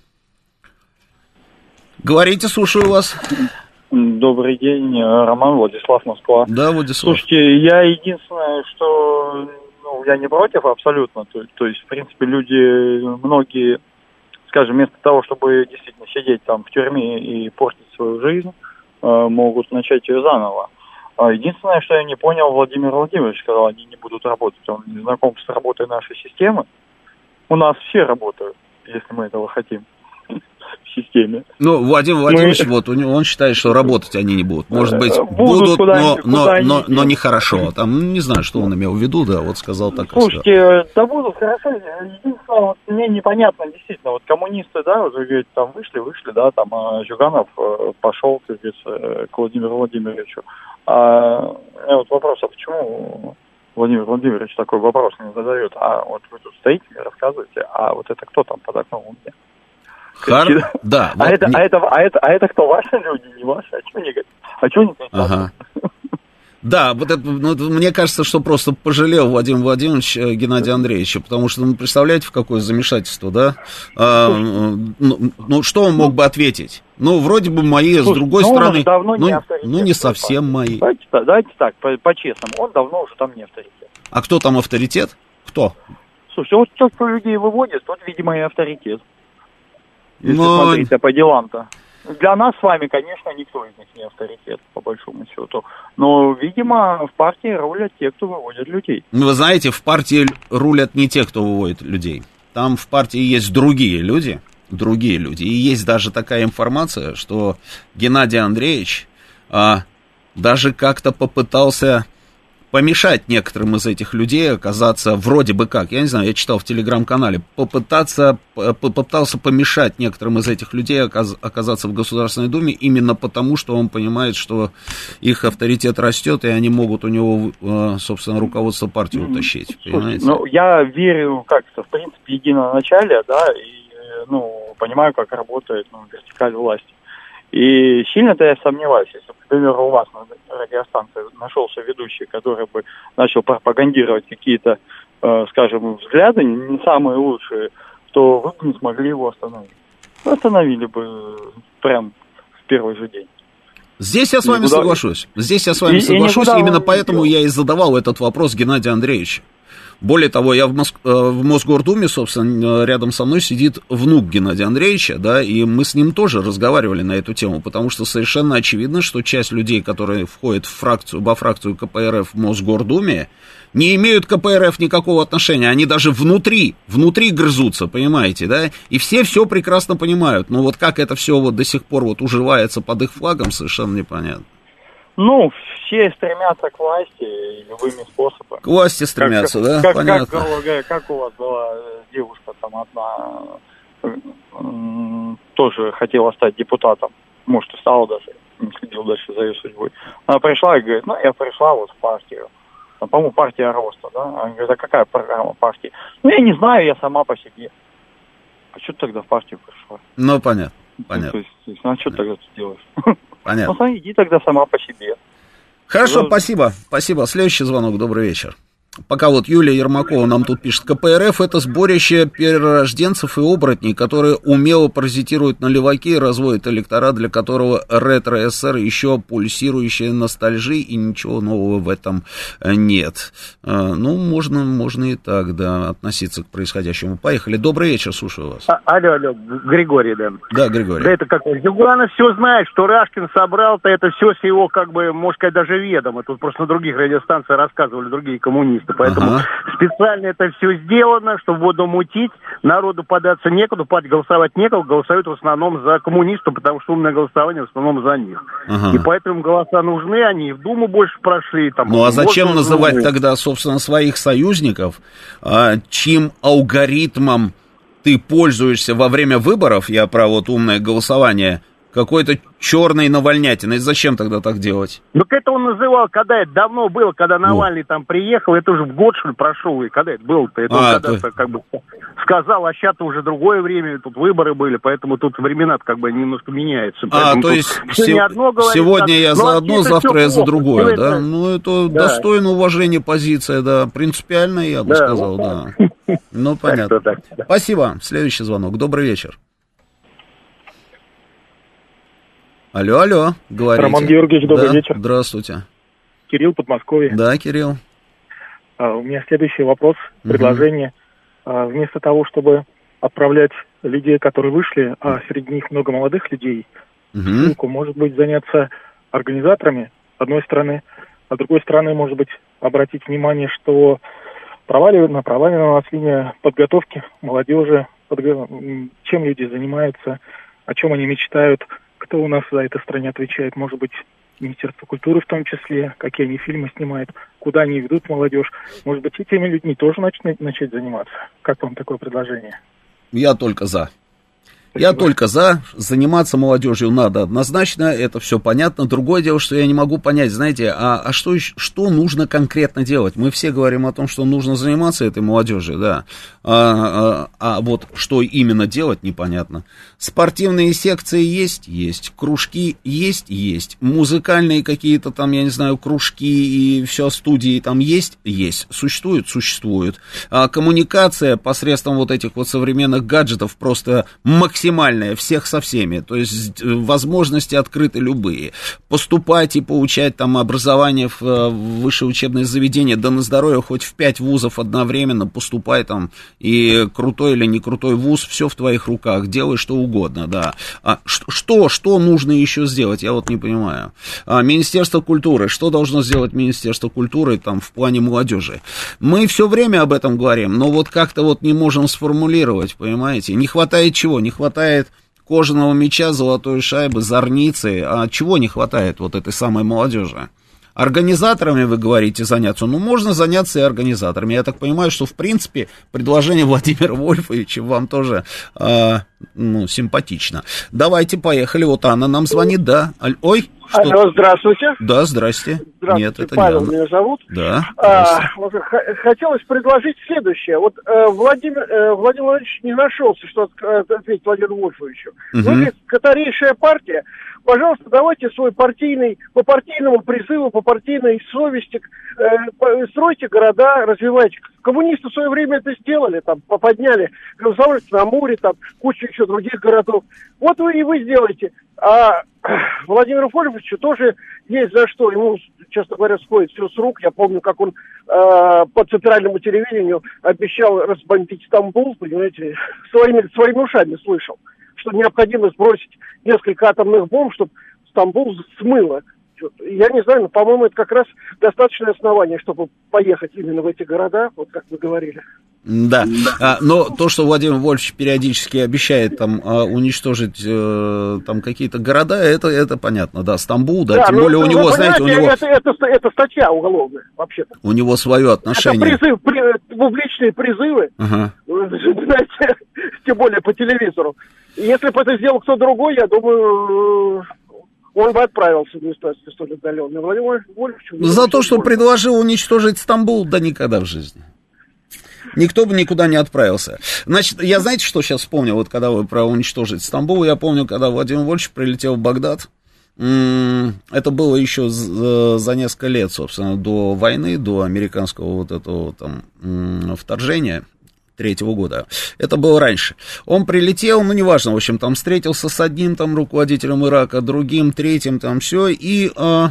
Говорите, слушаю вас. Добрый день, Роман, Владислав, Москва. Да, Владислав. Слушайте, я единственное, что... я не против абсолютно, то есть, в принципе, люди, многие, скажем, вместо того, чтобы действительно сидеть там в тюрьме и портить свою жизнь, могут начать ее заново. Единственное, что я не понял, Владимир Владимирович сказал, они не будут работать, он не знаком с работой нашей системы. У нас все работают, если мы этого хотим. системе. Ну, Владимир Владимирович, вот он считает, что работать они не будут. Может быть, будут, но нехорошо. Там, не знаю, что он имел в виду, да, вот сказал так. Слушайте, да будут хорошо. Единственное, вот, мне непонятно, действительно, вот коммунисты, да, уже говорят, там вышли, да, там Зюганов пошел, как говорится, к Владимиру Владимировичу. Вот вопрос, а почему Владимир Владимирович такой вопрос не задает? А вот вы тут стоите, мне рассказываете, а вот это кто там под окном у меня? Да. А это кто, ваши люди, не ваши? А что они говорят? А что они говорят? Да, вот это, мне кажется, что просто пожалел Владимир Владимирович Геннадия Андреевича, потому что, представляете, в какое замешательство, да? Что он мог бы ответить? Вроде бы мои, с другой стороны, не совсем мои. Давайте так, по-честному, он давно уже там не авторитет. А кто там авторитет? Кто? Слушай, вот тот, кто людей выводит, тот, видимо, и авторитет. Если смотреть по делам-то. Для нас с вами, конечно, никто из них не авторитет, по большому счету. Но, видимо, в партии рулят те, кто выводит людей. Вы знаете, в партии рулят не те, кто выводит людей. Там в партии есть другие люди. И есть даже такая информация, что Геннадий Андреевич даже как-то попытался помешать некоторым из этих людей оказаться вроде бы как, я не знаю, я читал в телеграм-канале, попытался помешать некоторым из этих людей оказаться в Государственной Думе именно потому, что он понимает, что их авторитет растет, и они могут у него, собственно, руководство партии утащить, понимаете? Я верю как-то, в принципе, единоначалие, да, и, понимаю, как работает вертикаль власти. И сильно-то я сомневаюсь, если, к примеру, у вас на радиостанции нашелся ведущий, который бы начал пропагандировать какие-то, скажем, взгляды не самые лучшие, то вы бы не смогли его остановить. Остановили бы прям в первый же день. Здесь я с вами соглашусь. Именно поэтому я и задавал этот вопрос Геннадию Андреевичу. Более того, я в Мосгордуме, собственно, рядом со мной сидит внук Геннадия Андреевича, да, и мы с ним тоже разговаривали на эту тему, потому что совершенно очевидно, что часть людей, которые входят во фракцию КПРФ в Мосгордуме, не имеют к КПРФ никакого отношения, они даже внутри грызутся, понимаете, да, и все прекрасно понимают, но вот как это все вот до сих пор вот уживается под их флагом, совершенно непонятно. Все стремятся к власти любыми способами. К власти стремятся, да? Понятно. Как у вас была девушка там одна, тоже хотела стать депутатом, может и стала даже, не следил дальше за ее судьбой. Она пришла и говорит, я пришла вот в партию, по-моему, партия роста, да? Она говорит, а какая программа партии? Я не знаю, я сама по себе. А что ты тогда в партию пришла? Понятно. То есть, а что ты тогда ты делаешь? Понятно. Иди тогда сама по себе. Хорошо, спасибо. Следующий звонок, добрый вечер. Пока вот Юлия Ермакова нам тут пишет, КПРФ это сборище перерожденцев и оборотней, которые умело паразитируют на леваке и разводят электорат, для которого ретро-СССР еще пульсирующая ностальжи, и ничего нового в этом нет. Можно и так, да, относиться к происходящему. Поехали. Добрый вечер, слушаю вас. Алло, Григорий, да. Да, Григорий. Да это как, Зюганов все знает, что Рашкин собрал-то, это все с его, можно сказать, даже ведомо. Тут просто на других радиостанциях рассказывали другие коммунисты. Поэтому специально это все сделано, чтобы воду мутить, народу податься некуда, голосовать некуда, голосуют в основном за коммунистов, потому что умное голосование в основном за них. И поэтому голоса нужны, они и в Думу больше прошли. А зачем называть тогда, собственно, своих союзников, чьим алгоритмом ты пользуешься во время выборов, я про умное голосование, какой-то черной навальнятиной. Зачем тогда так делать? Это он называл, когда это давно было, когда Навальный там приехал, это уже в год, что ли, прошел, и когда это было-то, это он когда-то сказал, а сейчас-то уже другое время, тут выборы были, поэтому тут времена-то немножко меняются. То есть сегодня я за одно, завтра я за другое, да? Это достойно уважения позиция, да, принципиальная, я бы сказал, да. Понятно. Спасибо. Следующий звонок. Добрый вечер. Алло, говорите. Роман Георгиевич, добрый вечер. Здравствуйте. Кирилл, Подмосковье. Да, Кирилл. У меня следующий вопрос, предложение. Вместо того, чтобы отправлять людей, которые вышли, а среди них много молодых людей, ссылку, может быть, заняться организаторами, с одной стороны, а с другой стороны, может быть, обратить внимание, что проваливание у нас линия подготовки молодежи, чем люди занимаются, о чем они мечтают, кто у нас за этой стране отвечает, может быть, Министерство культуры в том числе, какие они фильмы снимают, куда они ведут молодежь. Может быть, и теми людьми тоже начать заниматься. Как вам такое предложение? Я только за. Я только за. Заниматься молодежью надо однозначно, это все понятно. Другое дело, что я не могу понять, знаете, что нужно конкретно делать? Мы все говорим о том, что нужно заниматься этой молодежью, да. А вот что именно делать, непонятно. Спортивные секции есть. Кружки есть. Музыкальные какие-то там, я не знаю, кружки и все, студии там есть. Существуют. Коммуникация посредством вот этих вот современных гаджетов просто максимальная, всех со всеми, то есть возможности открыты любые. Поступать и получать там образование в высшее учебное заведение, да на здоровье, хоть в 5 вузов одновременно, поступай там, и крутой или не крутой вуз, все в твоих руках, делай что угодно, да. Что нужно еще сделать, я вот не понимаю. Министерство культуры, что должно сделать Министерство культуры там в плане молодежи? Мы все время об этом говорим, но вот как-то вот не можем сформулировать, понимаете? Не хватает чего? Не хватает кожаного мяча, золотой шайбы, зорницы. А чего не хватает вот этой самой молодежи? Организаторами, вы говорите, заняться? Ну, можно заняться и организаторами. Я так понимаю, что, в принципе, предложение Владимира Вольфовича вам тоже, симпатично. Давайте, поехали. Вот Анна нам звонит, да. Ой, что? Алло, здравствуйте. Да, здрасте. Здравствуйте, нет, это Павел не Анна. меня зовут. Да. Хотелось предложить следующее. Вот Владимир Владимирович не нашелся, что ответить Владимиру Вольфовичу. Вы, катарейшая партия, пожалуйста, давайте свой партийный, по партийному призыву, по партийной совести, стройте города, развивайте. Коммунисты в свое время это сделали, там, подняли Комсомольск-на-Амуре, там, кучу еще других городов. Вот вы и вы сделаете. А Владимиру Вольфовичу тоже есть за что. Ему, честно говоря, сходит все с рук. Я помню, как он по центральному телевидению обещал разбомбить Стамбул, понимаете, своими ушами слышал, что необходимо сбросить несколько атомных бомб, чтобы Стамбул смыло. Я не знаю, но, по-моему, это как раз достаточное основание, чтобы поехать именно в эти города, вот как вы говорили. Да, но то, что Владимир Вольфович периодически обещает там уничтожить там какие-то города, это понятно, да, Стамбул, да, тем более у него, знаете, у него... Это статья уголовная, вообще-то. У него свое отношение. Это публичные призывы, знаете, тем более по телевизору. Если бы это сделал кто другой, я думаю... Он бы отправился в места столь отдаленные. Владимир Вольфович... За то, что предложил уничтожить Стамбул, да никогда в жизни. Никто бы никуда не отправился. Значит, я знаете, что сейчас вспомнил, вот когда вы про уничтожить Стамбул, я помню, когда Владимир Вольфович прилетел в Багдад, это было еще за несколько лет, собственно, до войны, до американского вот этого там вторжения 3-го года. Это было раньше. Он прилетел, неважно, в общем, там встретился с одним там руководителем Ирака, другим, третьим, там все, и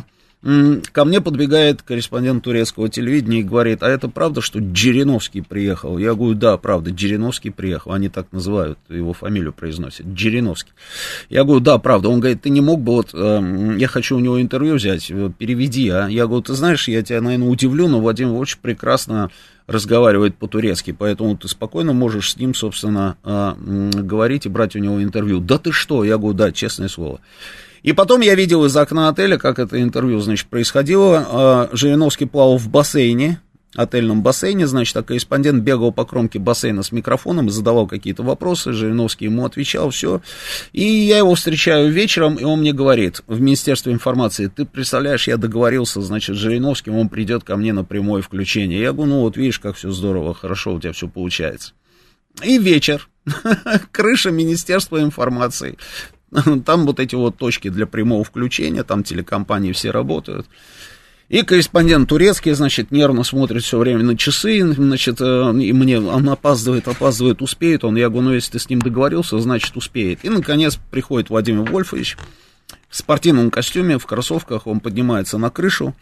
ко мне подбегает корреспондент турецкого телевидения и говорит, а это правда, что Жириновский приехал? Я говорю, да, правда, Жириновский приехал, они так называют, его фамилию произносят, Жириновский. Я говорю, да, правда. Он говорит, ты не мог бы, вот, я хочу у него интервью взять, переведи, а? Я говорю, ты знаешь, я тебя, наверное, удивлю, но Владимир Вольфович прекрасно разговаривает по-турецки, поэтому ты спокойно можешь с ним, собственно, говорить и брать у него интервью. Да ты что? Я говорю, да, честное слово. И потом я видел из окна отеля, как это интервью, значит, происходило. Жириновский плавал в бассейне, отельном бассейне, значит, а корреспондент бегал по кромке бассейна с микрофоном и задавал какие-то вопросы, Жириновский ему отвечал, все. И я его встречаю вечером, и он мне говорит в Министерстве информации, ты представляешь, я договорился, значит, с Жириновским, он придет ко мне на прямое включение. Я говорю, вот видишь, как все здорово, хорошо у тебя все получается. И вечер, крыша Министерства информации. Там вот эти вот точки для прямого включения, там телекомпании все работают. И корреспондент турецкий, значит, нервно смотрит все время на часы, значит, и мне, он опаздывает, успеет он. Я говорю, если ты с ним договорился, значит, успеет. И, наконец, приходит Владимир Вольфович в спортивном костюме, в кроссовках, он поднимается на крышу.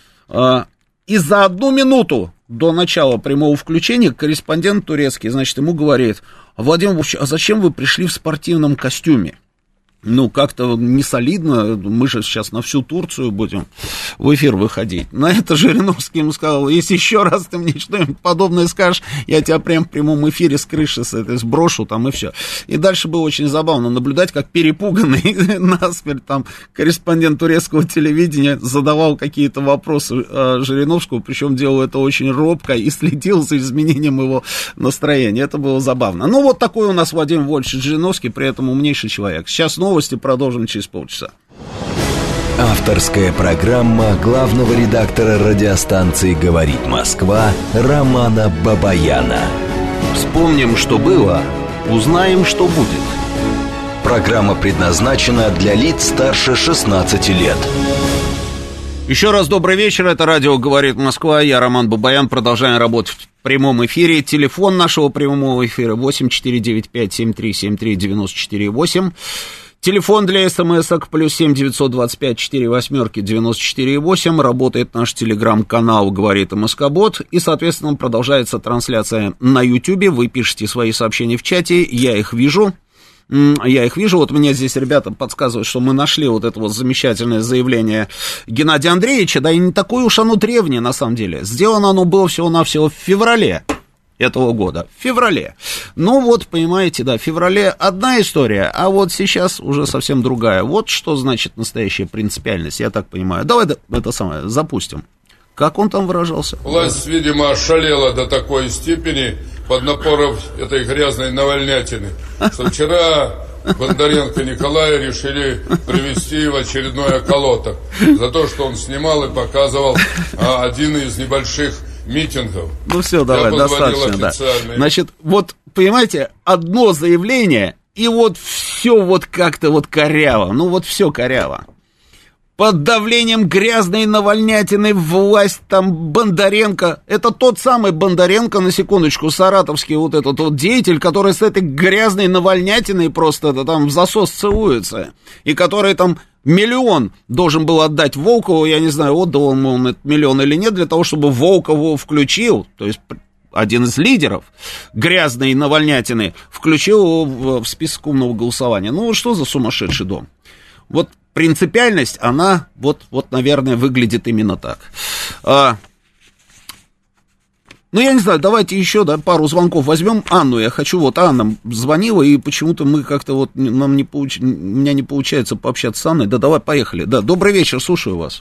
И за 1 минуту до начала прямого включения корреспондент турецкий, значит, ему говорит, Владимир Вольфович, а зачем вы пришли в спортивном костюме? ну, как-то не солидно, мы же сейчас на всю Турцию будем в эфир выходить. На это Жириновский ему сказал: если еще раз ты мне что-нибудь подобное скажешь, я тебя прям в прямом эфире с крыши с этой сброшу там и все. И дальше было очень забавно наблюдать, как перепуганный насмерть там корреспондент турецкого телевидения задавал какие-то вопросы Жириновскому, причем делал это очень робко и следил за изменением его настроения. Это было забавно. Ну, вот такой у нас Владимир Вольфович Жириновский, при этом умнейший человек. Сейчас новости, продолжим через полчаса. Авторская программа главного редактора радиостанции «Говорит Москва» Романа Бабаяна. Вспомним, что было, узнаем, что будет. Программа предназначена для лиц старше 16 лет. Еще раз добрый вечер, это радио «Говорит Москва», я Роман Бабаян, продолжаем работать в прямом эфире. Телефон нашего прямого эфира 8495-7373-94-8. Телефон для смс-ок +7 925 48 94 8. Работает наш телеграм-канал «Говорит Москобот». И, соответственно, продолжается трансляция на Ютьюбе. Вы пишете свои сообщения в чате, я их вижу. Вот мне здесь ребята подсказывают, что мы нашли вот это вот замечательное заявление Геннадия Андреевича. Да и не такое уж оно древнее, на самом деле. Сделано оно было всего-навсего в феврале этого года, в феврале. Ну вот, понимаете, да, в феврале одна история, а вот сейчас уже совсем другая. Вот что значит настоящая принципиальность, я так понимаю. Давай это самое запустим. Как он там выражался? Власть, видимо, ошалела до такой степени под напором этой грязной навальнятины, что вчера Бондаренко Николая решили привести в очередной околоток за то, что он снимал и показывал один из небольших митингов. Ну все, давай, достаточно, да. Значит, вот, понимаете, одно заявление, и вот все вот как-то вот коряво, ну вот все коряво. Под давлением грязной навальнятины власть там Бондаренко, это тот самый Бондаренко, на секундочку, саратовский вот этот вот деятель, который с этой грязной навальнятиной просто там в засос целуется, и который там миллион должен был отдать Волкову, я не знаю, отдал он этот миллион или нет, для того, чтобы Волкову включил, то есть один из лидеров грязной навальнятины, включил его в список умного голосования. Ну, что за сумасшедший дом? Вот принципиальность, она вот, наверное, выглядит именно так. Ну, я не знаю, давайте еще, да, пару звонков возьмем. Анну я хочу, вот Анна звонила, и почему-то мы как-то вот, у меня не получается пообщаться с Анной. Да, давай, поехали. Да, добрый вечер, слушаю вас.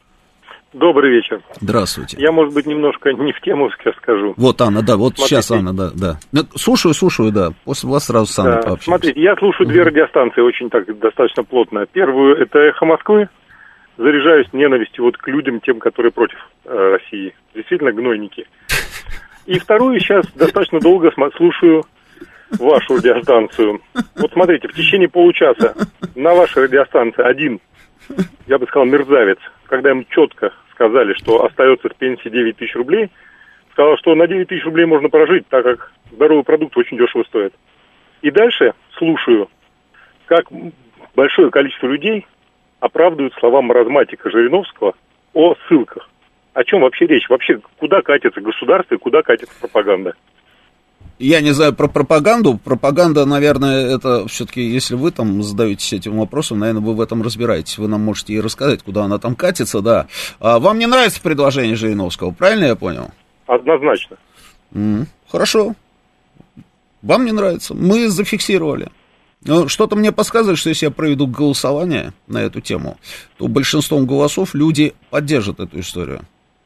Добрый вечер. Здравствуйте. Я, может быть, немножко не в тему скажу. Вот, Анна, да, вот смотрите. Сейчас, Анна, да. Слушаю, да, после вас сразу с Анной пообщаемся. Смотрите, я слушаю две радиостанции очень так, достаточно плотно. Первую, это «Эхо Москвы». Заряжаюсь ненавистью вот к людям, тем, которые против России. Действительно, гнойники. И вторую сейчас достаточно долго слушаю вашу радиостанцию. Вот смотрите, в течение получаса на вашей радиостанции один, я бы сказал, мерзавец, когда им четко сказали, что остается в пенсии 9 тысяч рублей, сказал, что на 9 тысяч рублей можно прожить, так как здоровый продукт очень дешево стоит. И дальше слушаю, как большое количество людей оправдывают слова маразматика Жириновского о ссылках. О чем вообще речь? Вообще, куда катится государство и куда катится пропаганда? Я не знаю про пропаганду. Пропаганда, наверное, это все-таки, если вы там задаетесь этим вопросом, наверное, вы в этом разбираетесь. Вы нам можете и рассказать, куда она там катится, да. А вам не нравится предложение Жириновского, правильно я понял? Однозначно. Хорошо. Вам не нравится. Мы зафиксировали. Но что-то мне подсказывает, что если я проведу голосование на эту тему, то большинством голосов люди поддержат эту историю.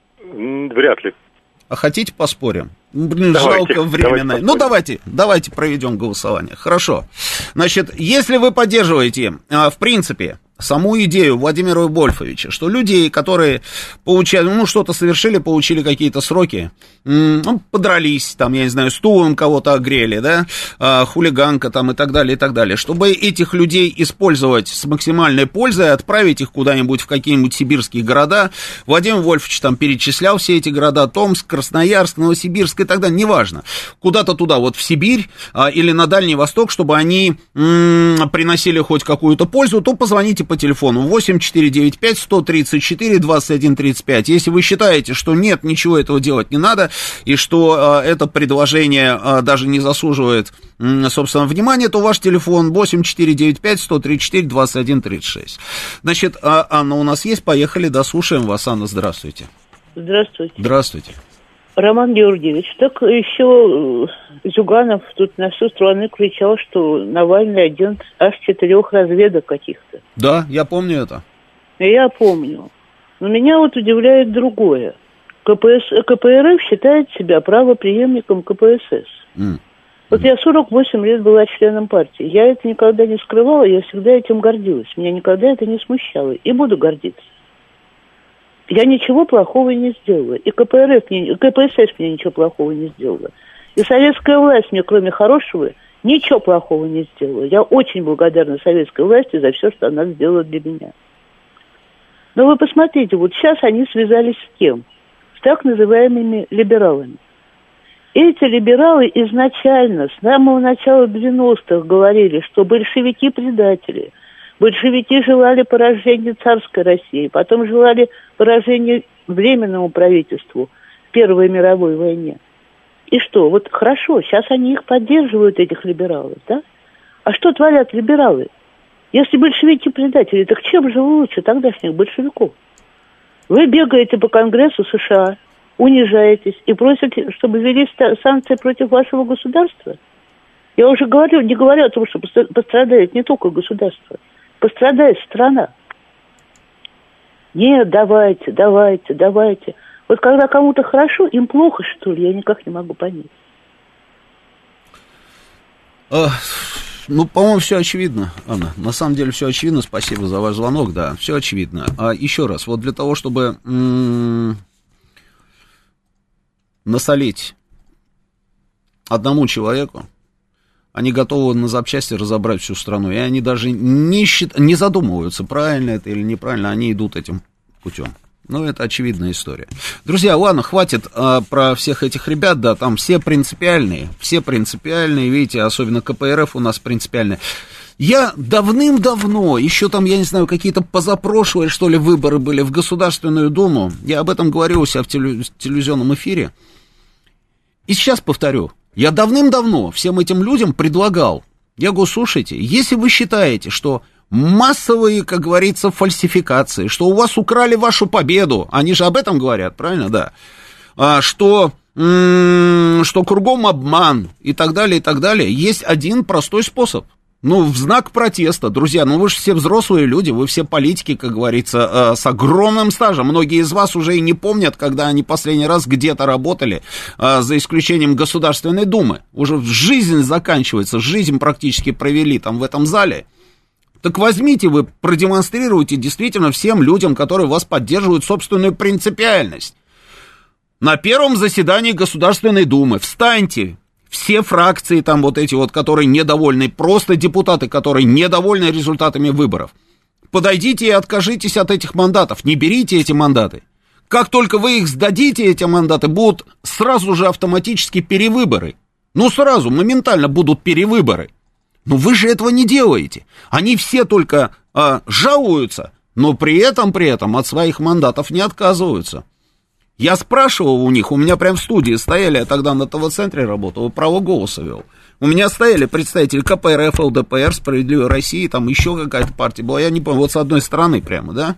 Вряд ли. А хотите поспорим? Блин, жалко временно. Ну, давайте проведем голосование. Хорошо. Значит, если вы поддерживаете, в принципе, саму идею Владимира Вольфовича, что людей, которые получали, что-то совершили, получили какие-то сроки, подрались, там, я не знаю, стулом кого-то огрели, да, хулиганка там и так далее, чтобы этих людей использовать с максимальной пользой, отправить их куда-нибудь в какие-нибудь сибирские города. Владимир Вольфович там перечислял все эти города: Томск, Красноярск, Новосибирск и так далее, неважно, куда-то туда, вот в Сибирь или на Дальний Восток, чтобы они приносили хоть какую-то пользу, то позвоните, по телефону 8495-134-2135. Если вы считаете, что нет, ничего этого делать не надо, и что это предложение даже не заслуживает, собственно, внимания, то ваш телефон 8495-134-2136. Значит, Анна у нас есть, поехали, дослушаем вас. Анна, здравствуйте. Здравствуйте. Здравствуйте. Роман Георгиевич, так еще Зюганов тут на всю страну кричал, что Навальный агент аж 4 разведок каких-то. Да, я помню это. Я помню. Но меня вот удивляет другое. КПРФ считает себя правопреемником КПСС. Вот я 48 лет была членом партии. Я это никогда не скрывала, я всегда этим гордилась. Меня никогда это не смущало. И буду гордиться. Я ничего плохого не сделала. И КПСС мне ничего плохого не сделала. И советская власть мне, кроме хорошего, ничего плохого не сделала. Я очень благодарна советской власти за все, что она сделала для меня. Но вы посмотрите, вот сейчас они связались с кем? С так называемыми либералами. Эти либералы изначально, с самого начала 90-х говорили, что большевики предатели. Большевики желали поражения царской России, потом желали поражения Временному правительству в Первой мировой войне. И что, вот хорошо, сейчас они их поддерживают, этих либералов, да? А что творят либералы? Если большевики предатели, так чем же вы лучше тогдашних большевиков? Вы бегаете по Конгрессу США, унижаетесь и просите, чтобы ввели санкции против вашего государства? Я уже говорю, не говорю о том, что пострадает не только государство. Пострадает страна. Нет, давайте. Вот когда кому-то хорошо, им плохо, что ли, я никак не могу понять. Ну, по-моему, все очевидно, Анна. На самом деле все очевидно. Спасибо за ваш звонок, да, все очевидно. Еще раз, вот для того, чтобы насолить одному человеку, они готовы на запчасти разобрать всю страну, и они даже не задумываются, правильно это или неправильно, они идут этим путем. Ну, это очевидная история. Друзья, ладно, хватит про всех этих ребят, да, там все принципиальные, видите, особенно КПРФ у нас принципиальные. Я давным-давно, еще там, я не знаю, какие-то позапрошлые, что ли, выборы были в Государственную Думу, я об этом говорил у себя в телевизионном эфире, и сейчас повторю. Я давным-давно всем этим людям предлагал, я говорю, слушайте, если вы считаете, что массовые, как говорится, фальсификации, что у вас украли вашу победу, они же об этом говорят, правильно, да, что кругом обман и так далее, есть один простой способ. Ну, в знак протеста, друзья, ну вы же все взрослые люди, вы все политики, как говорится, с огромным стажем. Многие из вас уже и не помнят, когда они последний раз где-то работали, за исключением Государственной Думы. Уже жизнь заканчивается, жизнь практически провели там в этом зале. Так возьмите вы, продемонстрируйте действительно всем людям, которые вас поддерживают, собственную принципиальность. На первом заседании Государственной Думы встаньте. Все фракции там вот эти вот, которые недовольны, просто депутаты, которые недовольны результатами выборов. Подойдите и откажитесь от этих мандатов, не берите эти мандаты. Как только вы их сдадите, эти мандаты, будут сразу же автоматически перевыборы. Ну сразу, моментально будут перевыборы. Но вы же этого не делаете. Они все только жалуются, но при этом от своих мандатов не отказываются. Я спрашивал у них, у меня прям в студии стояли, я тогда на ТВ-центре работал, право голоса вел. У меня стояли представители КПРФ, ЛДПР, Справедливой России, там еще какая-то партия была, я не помню, вот с одной стороны прямо, да?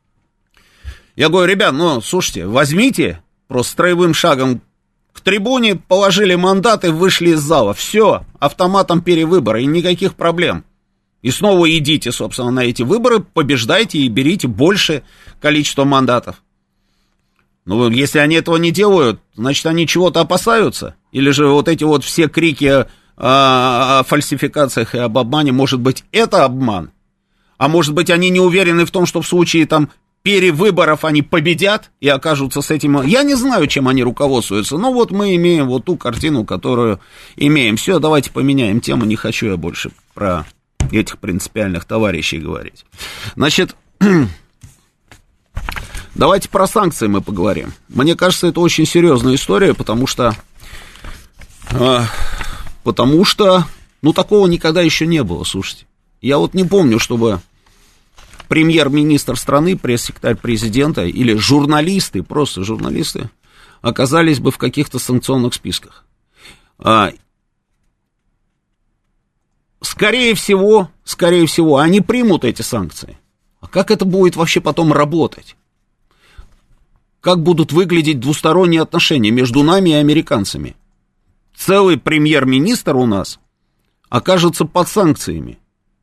Я говорю, ребят, ну, слушайте, возьмите просто строевым шагом к трибуне, положили мандаты, вышли из зала, все, автоматом перевыборы, и никаких проблем. И снова идите, собственно, на эти выборы, побеждайте и берите большее количество мандатов. Ну, если они этого не делают, значит, они чего-то опасаются. Или же вот эти вот все крики о фальсификациях и об обмане, может быть, это обман? А может быть, они не уверены в том, что в случае там перевыборов они победят и окажутся с этим... Я не знаю, чем они руководствуются, но вот мы имеем вот ту картину, которую имеем. Все, давайте поменяем тему, не хочу я больше про этих принципиальных товарищей говорить. Значит... Давайте про санкции мы поговорим. Мне кажется, это очень серьезная история, потому что, ну, такого никогда еще не было, слушайте. Я вот не помню, чтобы премьер-министр страны, пресс-секретарь президента или журналисты, просто журналисты, оказались бы в каких-то санкционных списках. Скорее всего, они примут эти санкции. А как это будет вообще потом работать? Как будут выглядеть двусторонние отношения между нами и американцами? Целый премьер-министр у нас окажется под санкциями.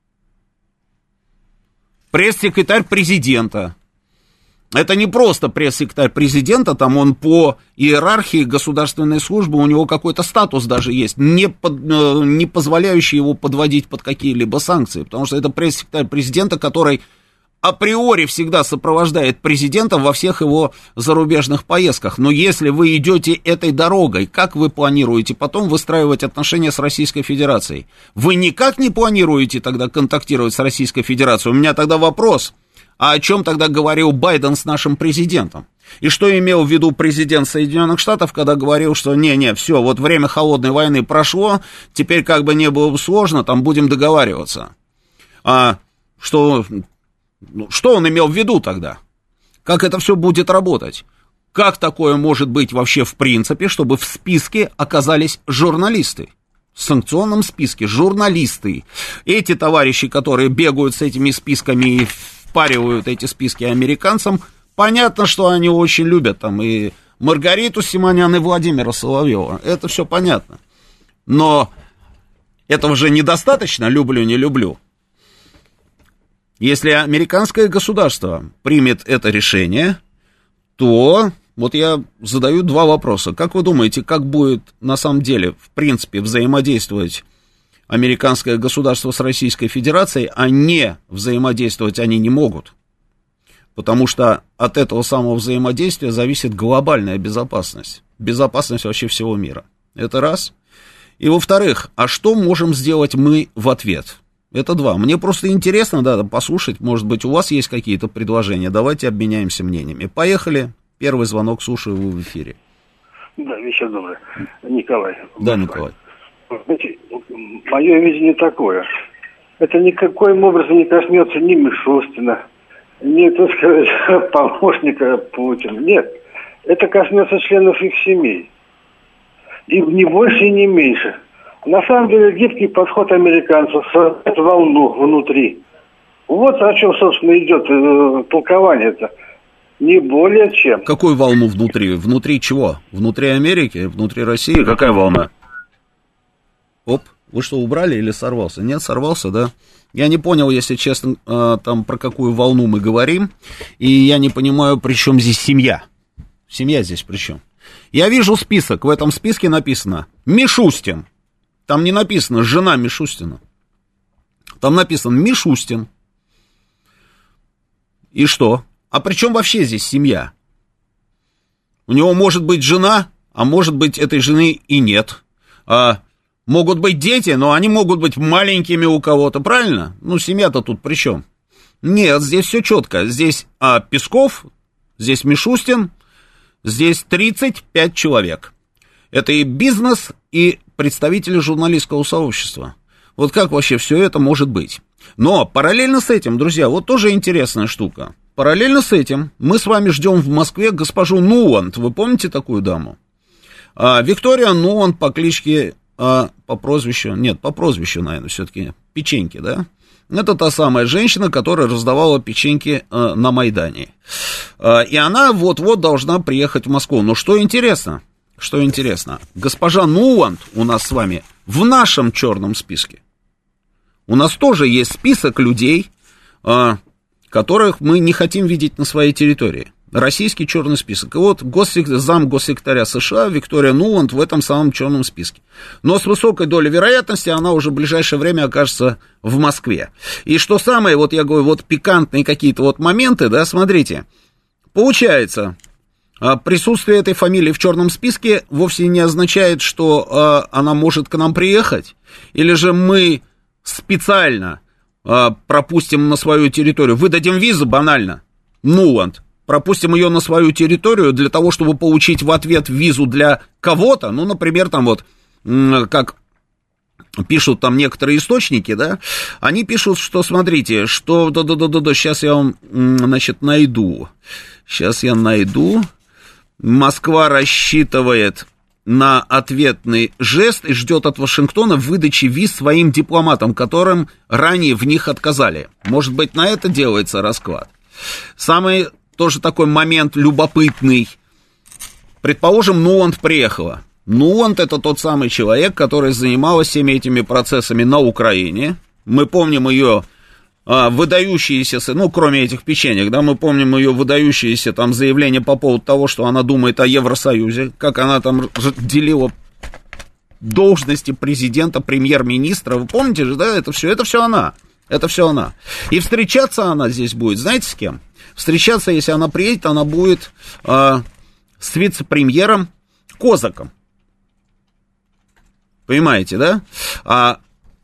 Пресс-секретарь президента. Это не просто пресс-секретарь президента, там он по иерархии государственной службы, у него какой-то статус даже есть, не позволяющий его подводить под какие-либо санкции, потому что это пресс-секретарь президента, который априори всегда сопровождает президента во всех его зарубежных поездках. Но если вы идете этой дорогой, как вы планируете потом выстраивать отношения с Российской Федерацией? Вы никак не планируете тогда контактировать с Российской Федерацией? У меня тогда вопрос, а о чем тогда говорил Байден с нашим президентом? И что имел в виду президент Соединенных Штатов, когда говорил, что не, все, вот время холодной войны прошло, теперь как бы не было бы сложно, там будем договариваться. Что он имел в виду тогда? Как это все будет работать? Как такое может быть вообще в принципе, чтобы в списке оказались журналисты? В санкционном списке журналисты. Эти товарищи, которые бегают с этими списками и впаривают эти списки американцам, понятно, что они очень любят там и Маргариту Симонян, и Владимира Соловьева. Это все понятно. Но этого же недостаточно, люблю, не люблю. Если американское государство примет это решение, то вот я задаю два вопроса. Как вы думаете, как будет на самом деле, в принципе, взаимодействовать американское государство с Российской Федерацией, а не взаимодействовать они не могут? Потому что от этого самого взаимодействия зависит глобальная безопасность. Безопасность вообще всего мира. Это раз. И во-вторых, а что можем сделать мы в ответ? Это два. Мне просто интересно, послушать, может быть, у вас есть какие-то предложения. Давайте обменяемся мнениями. Поехали. Первый звонок, слушаю, вы в эфире. Да, вечер добрый. Николай. Да, Николай. Знаете, мое видение такое. Это никаким образом не коснется ни Мишустина, ни, так сказать, помощника Путина. Нет. Это коснется членов их семей. И не больше, и не меньше. На самом деле гибкий подход американцев создает волну внутри. Вот о чем, собственно, идет толкование-то. Не более чем. Какую волну внутри? Внутри чего? Внутри Америки? Внутри России? Какая волна? Оп, вы что, убрали или сорвался? Нет, сорвался, да? Я не понял, если честно, там про какую волну мы говорим. И я не понимаю, при чем здесь семья. Семья здесь при чем? Я вижу список. В этом списке написано Мишустин. Там не написано «жена Мишустина». Там написано «Мишустин». И что? А при чем вообще здесь семья? У него может быть жена, а может быть этой жены и нет. Могут быть дети, но они могут быть маленькими у кого-то, правильно? Ну, семья-то тут при чем? Нет, здесь все четко. Здесь Песков, здесь Мишустин, здесь 35 человек. Это и бизнес, и представители журналистского сообщества. Вот как вообще все это может быть? Но параллельно с этим, друзья, вот тоже интересная штука. Параллельно с этим мы с вами ждем в Москве госпожу Нуант. Вы помните такую даму? Виктория Нуант по кличке, по прозвищу, наверное, все-таки Печеньки, да? Это та самая женщина, которая раздавала печеньки на Майдане. И она вот-вот должна приехать в Москву. Но что интересно? Госпожа Нуант у нас с вами в нашем черном списке. У нас тоже есть список людей, которых мы не хотим видеть на своей территории. Российский черный список. И вот замгоссекретаря США Виктория Нуант в этом самом черном списке. Но с высокой долей вероятности она уже в ближайшее время окажется в Москве. И что самое, вот я говорю, вот пикантные какие-то вот моменты, да, смотрите. Получается, присутствие этой фамилии в черном списке вовсе не означает, что она может к нам приехать. Или же мы специально пропустим на свою территорию, выдадим визу банально, Нуант, пропустим ее на свою территорию для того, чтобы получить в ответ визу для кого-то, ну, например, там вот, как пишут там некоторые источники, да, они пишут, что, смотрите, что, сейчас я вам, значит, найду, Москва рассчитывает на ответный жест и ждет от Вашингтона выдачи виз своим дипломатам, которым ранее в них отказали. Может быть, на это делается расклад. Самый тоже такой момент любопытный. Предположим, Нуланд приехала. Нуланд — это тот самый человек, который занималась всеми этими процессами на Украине. Мы помним ее выдающиеся, ну, кроме этих печенек, да, мы помним ее выдающиеся там заявления по поводу того, что она думает о Евросоюзе, как она там делила должности президента, премьер-министра. Вы помните же, да, это все она. И встречаться она здесь будет, знаете, с кем? Встречаться, если она приедет, она будет с вице-премьером Козаком. Понимаете, да?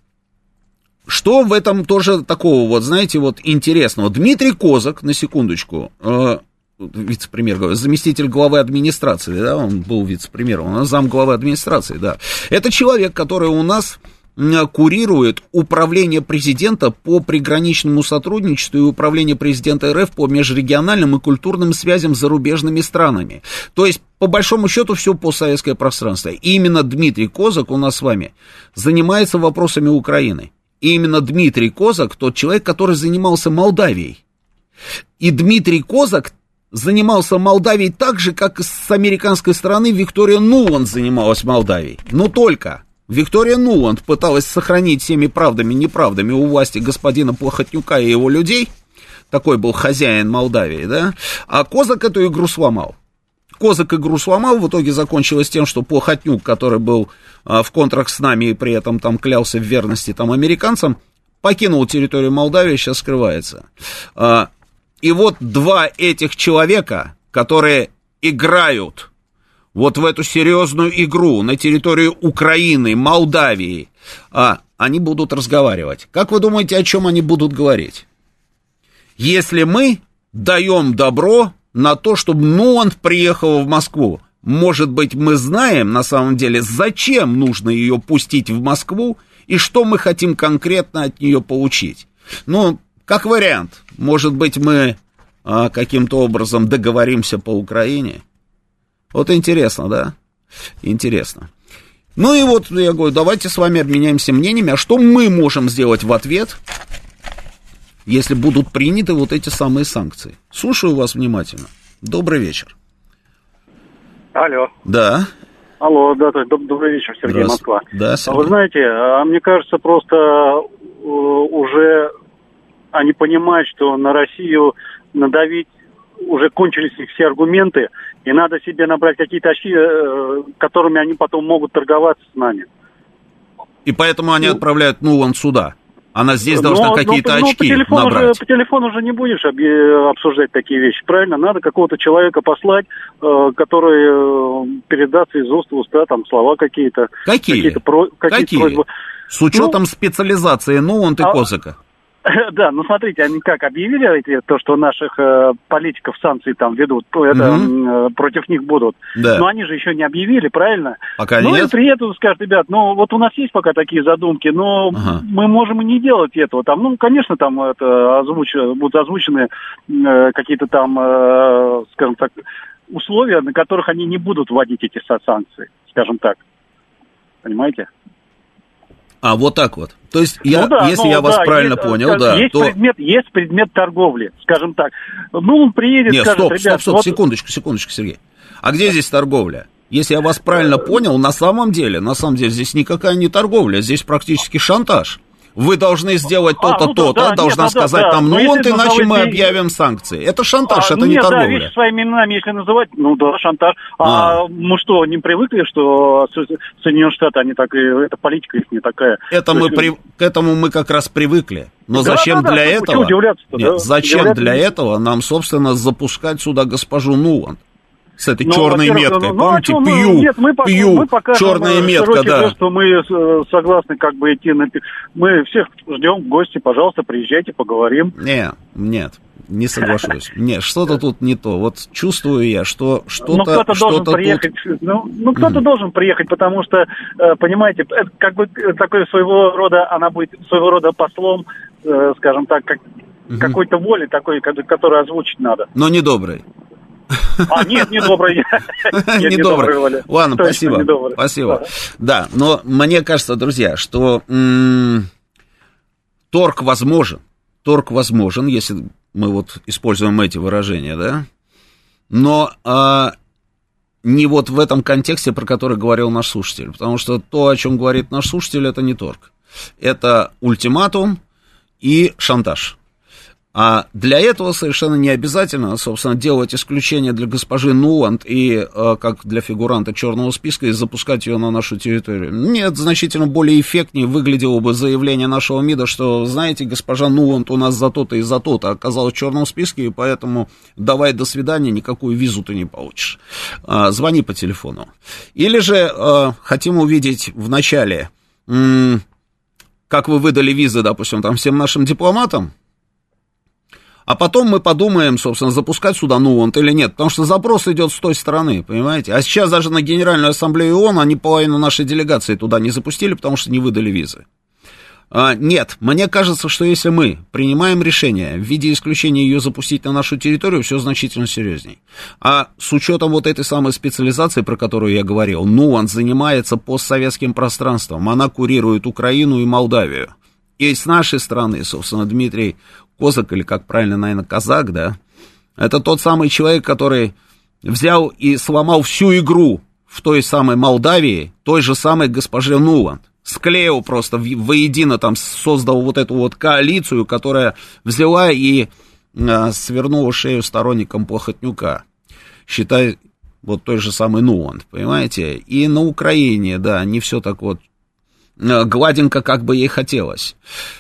Что в этом тоже такого, вот, знаете, вот интересного? Дмитрий Козак, на секундочку, вице-премьер, заместитель главы администрации, да, он был вице-премьером, он замглавы администрации, да. Это человек, который у нас курирует управление президента по приграничному сотрудничеству и управление президента РФ по межрегиональным и культурным связям с зарубежными странами. То есть, по большому счету, все постсоветское пространство. И именно Дмитрий Козак у нас с вами занимается вопросами Украины. И именно Дмитрий Козак тот человек, который занимался Молдавией. И Дмитрий Козак занимался Молдавией так же, как с американской стороны Виктория Нуланд занималась Молдавией. Но только Виктория Нуланд пыталась сохранить всеми правдами и неправдами у власти господина Плохотнюка и его людей. Такой был хозяин Молдавии, да? А Козак эту игру сломал. Козак игру сломал, в итоге закончилось тем, что Плохотнюк, который был в контракт с нами и при этом там клялся в верности там американцам, покинул территорию Молдавии, сейчас скрывается. И вот два этих человека, которые играют вот в эту серьезную игру на территории Украины, Молдавии, они будут разговаривать. Как вы думаете, о чем они будут говорить? Если мы даем добро на то, чтобы Нуланд приехала в Москву, может быть, мы знаем на самом деле, зачем нужно ее пустить в Москву и что мы хотим конкретно от нее получить. Ну, как вариант, может быть, мы каким-то образом договоримся по Украине. Вот интересно, да? Интересно. Ну и вот, я говорю, давайте с вами обменяемся мнениями, а что мы можем сделать в ответ, если будут приняты вот эти самые санкции. Слушаю вас внимательно. Добрый вечер. Алло. Да. Алло, да, добрый вечер, Сергей, Москва. Да, Сергей. Вы знаете, мне кажется, просто уже они понимают, что на Россию надавить уже кончились их все аргументы, и надо себе набрать какие-то очки, которыми они потом могут торговаться с нами. И поэтому они отправляют Нуланд сюда. Она здесь должна какие-то очки набрать. По телефону уже не будешь обсуждать такие вещи, правильно? Надо какого-то человека послать, который передаст из уст в уста там слова какие-то. Какие? Просьбы. С учетом специализации Нуланд и Козака. Да, ну смотрите, они как объявили то, что наших политиков санкции там ведут, против них будут. Да. Но они же еще не объявили, правильно? Пока нет. Ну и приедут, скажут, ребят, ну вот у нас есть пока такие задумки, но мы можем и не делать этого. Там, ну, конечно, там это будут озвучены какие-то там, скажем так, условия, на которых они не будут вводить эти санкции, скажем так. Понимаете? А, вот так вот. То есть, если я вас правильно понял, есть предмет торговли, скажем так. Ну, он приедет, скажет, ребят... Стоп, секундочку, Сергей. А где здесь торговля? Если я вас правильно понял, на самом деле, здесь никакая не торговля, здесь практически шантаж. Вы должны сделать то-то, то-то, должна сказать нам, ну вот, иначе мы объявим санкции. Это шантаж, это не торговля. Нет, да, вещи своими именами, если называть, ну да, шантаж. Мы что, не привыкли, что Соединенные Штаты, они так, это политика их не такая. К этому мы как раз привыкли. Но зачем для этого? Зачем для этого нам, собственно, запускать сюда госпожу Нуланд? С этой черной меткой, помните, пью, черная метка, да. Что мы согласны как бы идти на... Мы всех ждем в гости, пожалуйста, приезжайте, поговорим. Нет. Не соглашусь. Нет, что-то тут не то. Вот чувствую я, что что-то... Ну, кто-то должен тут... приехать. Ну, кто-то должен приехать, потому что, понимаете, это как бы такой своего рода, она будет своего рода послом, скажем так, как какой-то воли такой, которую озвучить надо. Но не добрый. Нет, не добрый. Не добрый. Ладно, спасибо. Спасибо. Да, но мне кажется, друзья, что торг возможен. Торг возможен, если мы вот используем эти выражения, да, но не вот в этом контексте, про который говорил наш слушатель, потому что то, о чем говорит наш слушатель, это не торг, это ультиматум и шантаж. А для этого совершенно не обязательно, собственно, делать исключение для госпожи Нуланд и как для фигуранта черного списка и запускать ее на нашу территорию. Нет, значительно более эффектнее выглядело бы заявление нашего МИДа, что, знаете, госпожа Нуланд у нас за то-то и за то-то оказалась в черном списке, и поэтому давай до свидания, никакую визу ты не получишь. Звони по телефону. Или же хотим увидеть в начале, как вы выдали визы, допустим, там всем нашим дипломатам, а потом мы подумаем, собственно, запускать сюда Нуланд или нет, потому что запрос идет с той стороны, понимаете? А сейчас даже на Генеральную Ассамблею ООН они половину нашей делегации туда не запустили, потому что не выдали визы. Нет, мне кажется, что если мы принимаем решение в виде исключения ее запустить на нашу территорию, все значительно серьезней. А с учетом вот этой самой специализации, про которую я говорил, Нуланд занимается постсоветским пространством, она курирует Украину и Молдавию. И с нашей стороны, собственно, Дмитрий Козак, или как правильно, наверное, Казак, да, это тот самый человек, который взял и сломал всю игру в той самой Молдавии, той же самой госпоже Нуланд. Склеил просто воедино, там, создал вот эту вот коалицию, которая взяла и свернула шею сторонникам Плохотнюка. Считай, вот той же самой Нуланд, понимаете? И на Украине, да, не все так вот гладенько, как бы ей хотелось.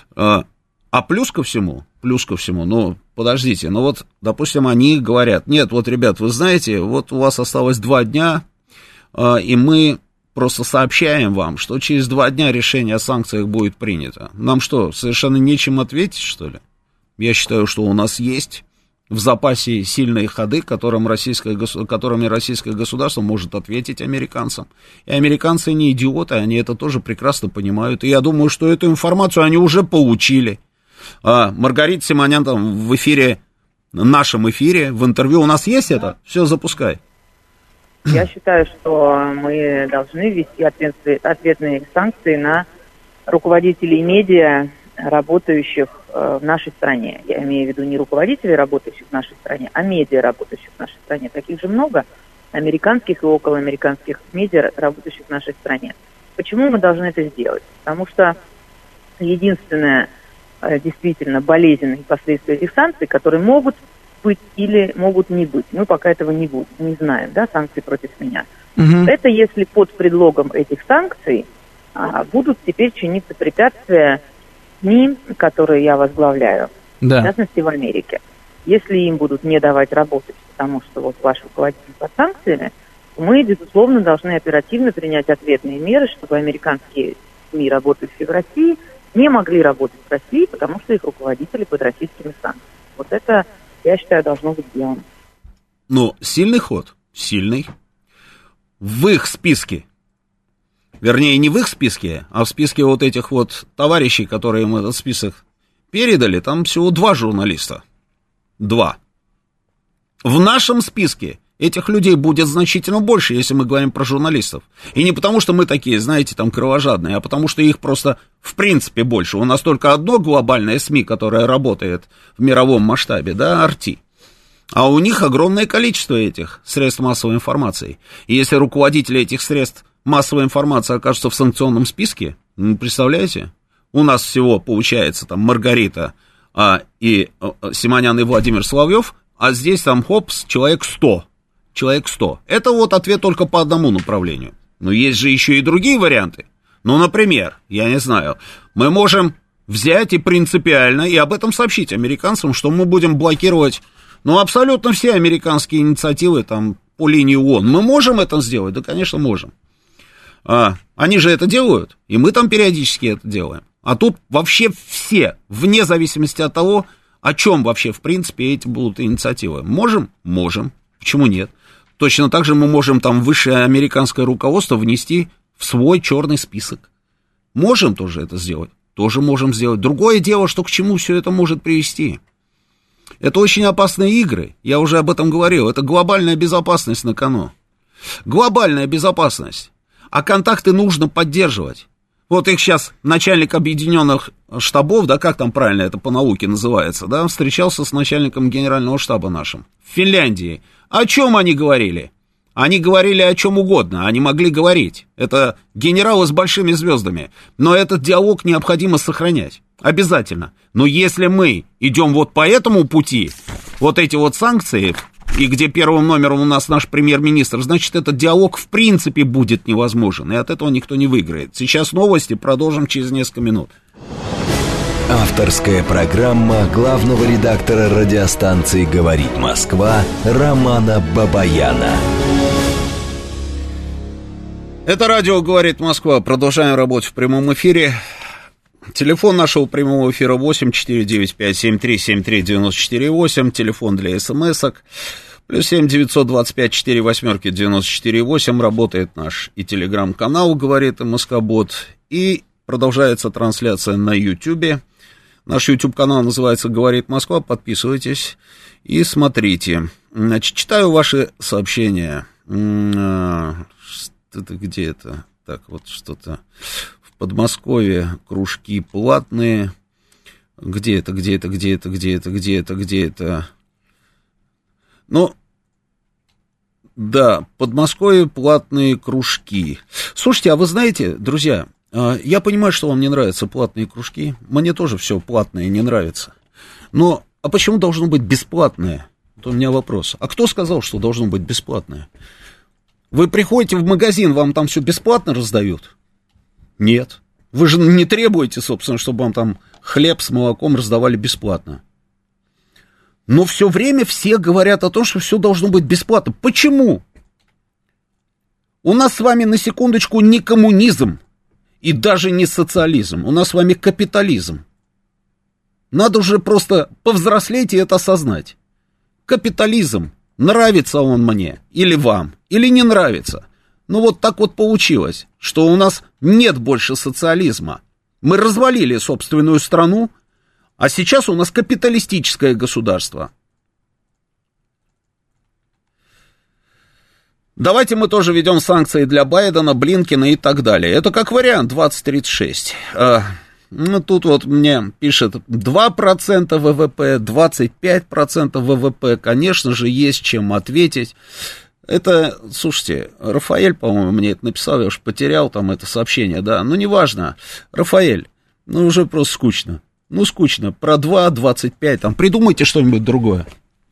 А плюс ко всему, ну, подождите, ну вот, допустим, они говорят, нет, вот, ребят, вы знаете, вот у вас осталось 2 дня, и мы просто сообщаем вам, что через 2 дня решение о санкциях будет принято. Нам что, совершенно нечем ответить, что ли? Я считаю, что у нас есть в запасе сильные ходы, которыми российское государство может ответить американцам. И американцы не идиоты, они это тоже прекрасно понимают. И я думаю, что эту информацию они уже получили. Маргарита Симонян там в эфире, в нашем эфире, в интервью. У нас есть это? Все, запускай. Я считаю, что мы должны ввести ответные санкции на руководителей медиа, работающих в нашей стране. Я имею в виду не руководителей, работающих в нашей стране, а медиа, работающих в нашей стране. Таких же много, американских и околоамериканских медиа, работающих в нашей стране. Почему мы должны это сделать? Потому что единственное действительно болезненные последствия этих санкций, которые могут быть или могут не быть. Мы пока этого не знаем, да, санкции против меня. Это если под предлогом этих санкций будут теперь чиниться препятствия СМИ, которые я возглавляю, да, в частности в Америке. Если им будут не давать работать, потому что вот ваш руководитель под санкциями, мы, безусловно, должны оперативно принять ответные меры, чтобы американские СМИ, работающие в России, не могли работать в России, потому что их руководители под российскими санкциями. Вот это, я считаю, должно быть сделано. Ну, сильный ход, сильный. В их списке, вернее, не в их списке, а в списке вот этих вот товарищей, которые им этот список передали, там всего 2 журналиста. 2. В нашем списке этих людей будет значительно больше, если мы говорим про журналистов. И не потому, что мы такие, знаете, там, кровожадные, а потому, что их просто в принципе больше. У нас только одно глобальное СМИ, которое работает в мировом масштабе, да, RT. А у них огромное количество этих средств массовой информации. И если руководители этих средств массовой информации окажутся в санкционном списке, представляете? У нас всего получается там Маргарита и Симонян и Владимир Соловьев, а здесь там, хопс, человек 100. Человек 100. Это вот ответ только по одному направлению. Но есть же еще и другие варианты. Ну, например, я не знаю, мы можем взять и принципиально, и об этом сообщить американцам, что мы будем блокировать, ну, абсолютно все американские инициативы там по линии ООН. Мы можем это сделать? Да, конечно, можем. Они же это делают, и мы там периодически это делаем. А тут вообще все, вне зависимости от того, О чем вообще, в принципе, эти будут инициативы? Можем? Можем. Почему нет? Точно так же мы можем там высшее американское руководство внести в свой черный список. Можем тоже это сделать? Тоже можем сделать. Другое дело, что к чему все это может привести. Это очень опасные игры, я уже об этом говорил. Это глобальная безопасность на кону. Глобальная безопасность. А контакты нужно поддерживать. Вот их сейчас начальник объединенных штабов, да, как там правильно это по науке называется, да, встречался с начальником генерального штаба нашим в Финляндии. О чем они говорили? Они говорили о чем угодно, они могли говорить. Это генералы с большими звездами. Но этот диалог необходимо сохранять. Обязательно. Но если мы идем вот по этому пути, вот эти вот санкции, и где первым номером у нас наш премьер-министр, значит, этот диалог в принципе будет невозможен, и от этого никто не выиграет. Сейчас новости, продолжим через несколько минут. Авторская программа главного редактора радиостанции «Говорит Москва» Романа Бабаяна. Это радио «Говорит Москва». Продолжаем работать в прямом эфире. Телефон нашего прямого эфира 8-495-7373-94-8. Телефон для смс-ок. +7 925 48 94 8. Работает наш и телеграм-канал «Говорит Москобот». И продолжается трансляция на Ютьюбе. Наш YouTube-канал называется «Говорит Москва». Подписывайтесь и смотрите. Значит, читаю ваши сообщения. Где это? Так, вот что-то... В Подмосковье кружки платные. Где это? Ну, да, в Подмосковье платные кружки. Слушайте, а вы знаете, друзья, я понимаю, что вам не нравятся платные кружки. Мне тоже все платное не нравится. Но, а почему должно быть бесплатное? Вот у меня вопрос. А кто сказал, что должно быть бесплатное? Вы приходите в магазин, вам там все бесплатно раздают? Нет. Вы же не требуете, собственно, чтобы вам там хлеб с молоком раздавали бесплатно. Но все время все говорят о том, что все должно быть бесплатно. Почему? У нас с вами, на секундочку, не коммунизм и даже не социализм. У нас с вами капитализм. Надо уже просто повзрослеть и это осознать. Капитализм. Нравится он мне или вам, или не нравится. Ну вот так вот получилось, что у нас нет больше социализма. Мы развалили собственную страну, а сейчас у нас капиталистическое государство. Давайте мы тоже введем санкции для Байдена, Блинкена и так далее. Это как вариант 2036. Ну, тут вот мне пишет 2% ВВП, 25% ВВП. Конечно же, есть чем ответить. Это, слушайте, Рафаэль, по-моему, мне это написал, я уж потерял там это сообщение, да. Ну, неважно. Рафаэль, ну, уже просто скучно. Ну, скучно. Про 2, 25, там, придумайте что-нибудь другое.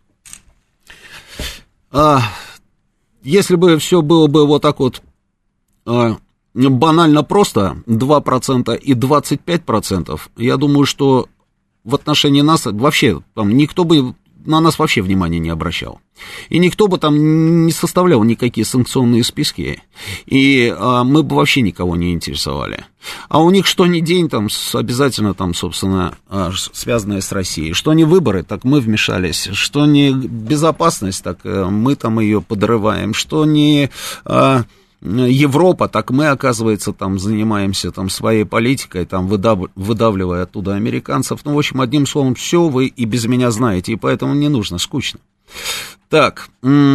Если бы все было бы вот так вот банально просто, 2% и 25%, я думаю, что в отношении нас вообще, там, никто бы на нас вообще внимания не обращал. И никто бы там не составлял никакие санкционные списки. И мы бы вообще никого не интересовали. А у них что ни день, там, обязательно, там, собственно, связанное с Россией. Что ни выборы, так мы вмешались. Что ни безопасность, так мы там ее подрываем. Что ни Европа, так мы, оказывается, там занимаемся там своей политикой, там выдавливая оттуда американцев. Ну, в общем, одним словом, все вы и без меня знаете, и поэтому не нужно, скучно. Так,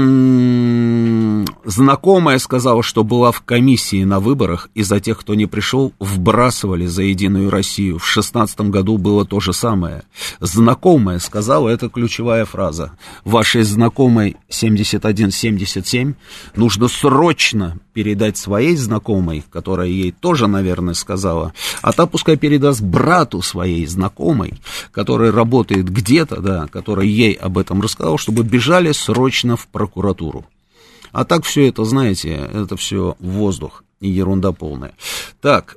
знакомая сказала, что была в комиссии на выборах, и за тех, кто не пришел, вбрасывали за Единую Россию. В 2016 году было то же самое. Знакомая сказала, это ключевая фраза. Вашей знакомой 7177 нужно срочно передать своей знакомой, которая ей тоже, наверное, сказала, а та пускай передаст брату своей знакомой, который работает где-то, да, который ей об этом рассказал, чтобы бежали срочно в прокуратуру. А так все это, знаете, это все воздух и ерунда полная. Так,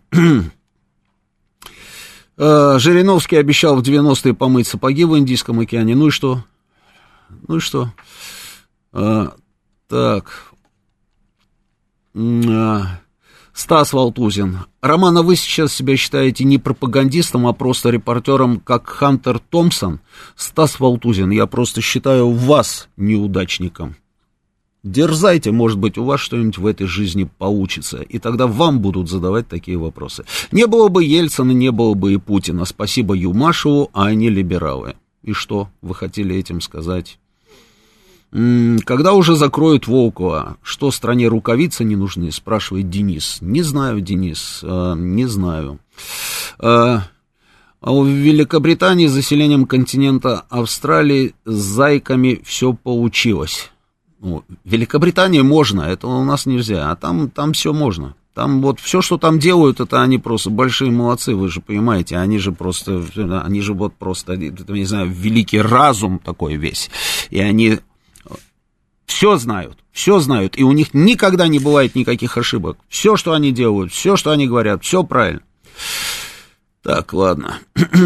Жириновский обещал в 90-е помыть сапоги в Индийском океане. Ну и что? Ну и что? Так, Стас Валтузин. Роман, а вы сейчас себя считаете не пропагандистом, а просто репортером, как Хантер Томпсон? Стас Валтузин, я просто считаю вас неудачником. Дерзайте, может быть, у вас что-нибудь в этой жизни получится, и тогда вам будут задавать такие вопросы. Не было бы Ельцина, не было бы и Путина. Спасибо Юмашеву, а они либералы. И что вы хотели этим сказать? Когда уже закроют Волкова? Что, стране рукавицы не нужны? Спрашивает Денис. Не знаю, Денис, не знаю. А в Великобритании с заселением континента Австралии с зайками все получилось. Ну, в Великобритании можно, это у нас нельзя, а там все можно. Там вот все, что там делают, это они просто большие молодцы, вы же понимаете, они же вот просто, не знаю, великий разум такой весь, и они все знают, и у них никогда не бывает никаких ошибок. Все, что они делают, все, что они говорят, все правильно. Так, ладно.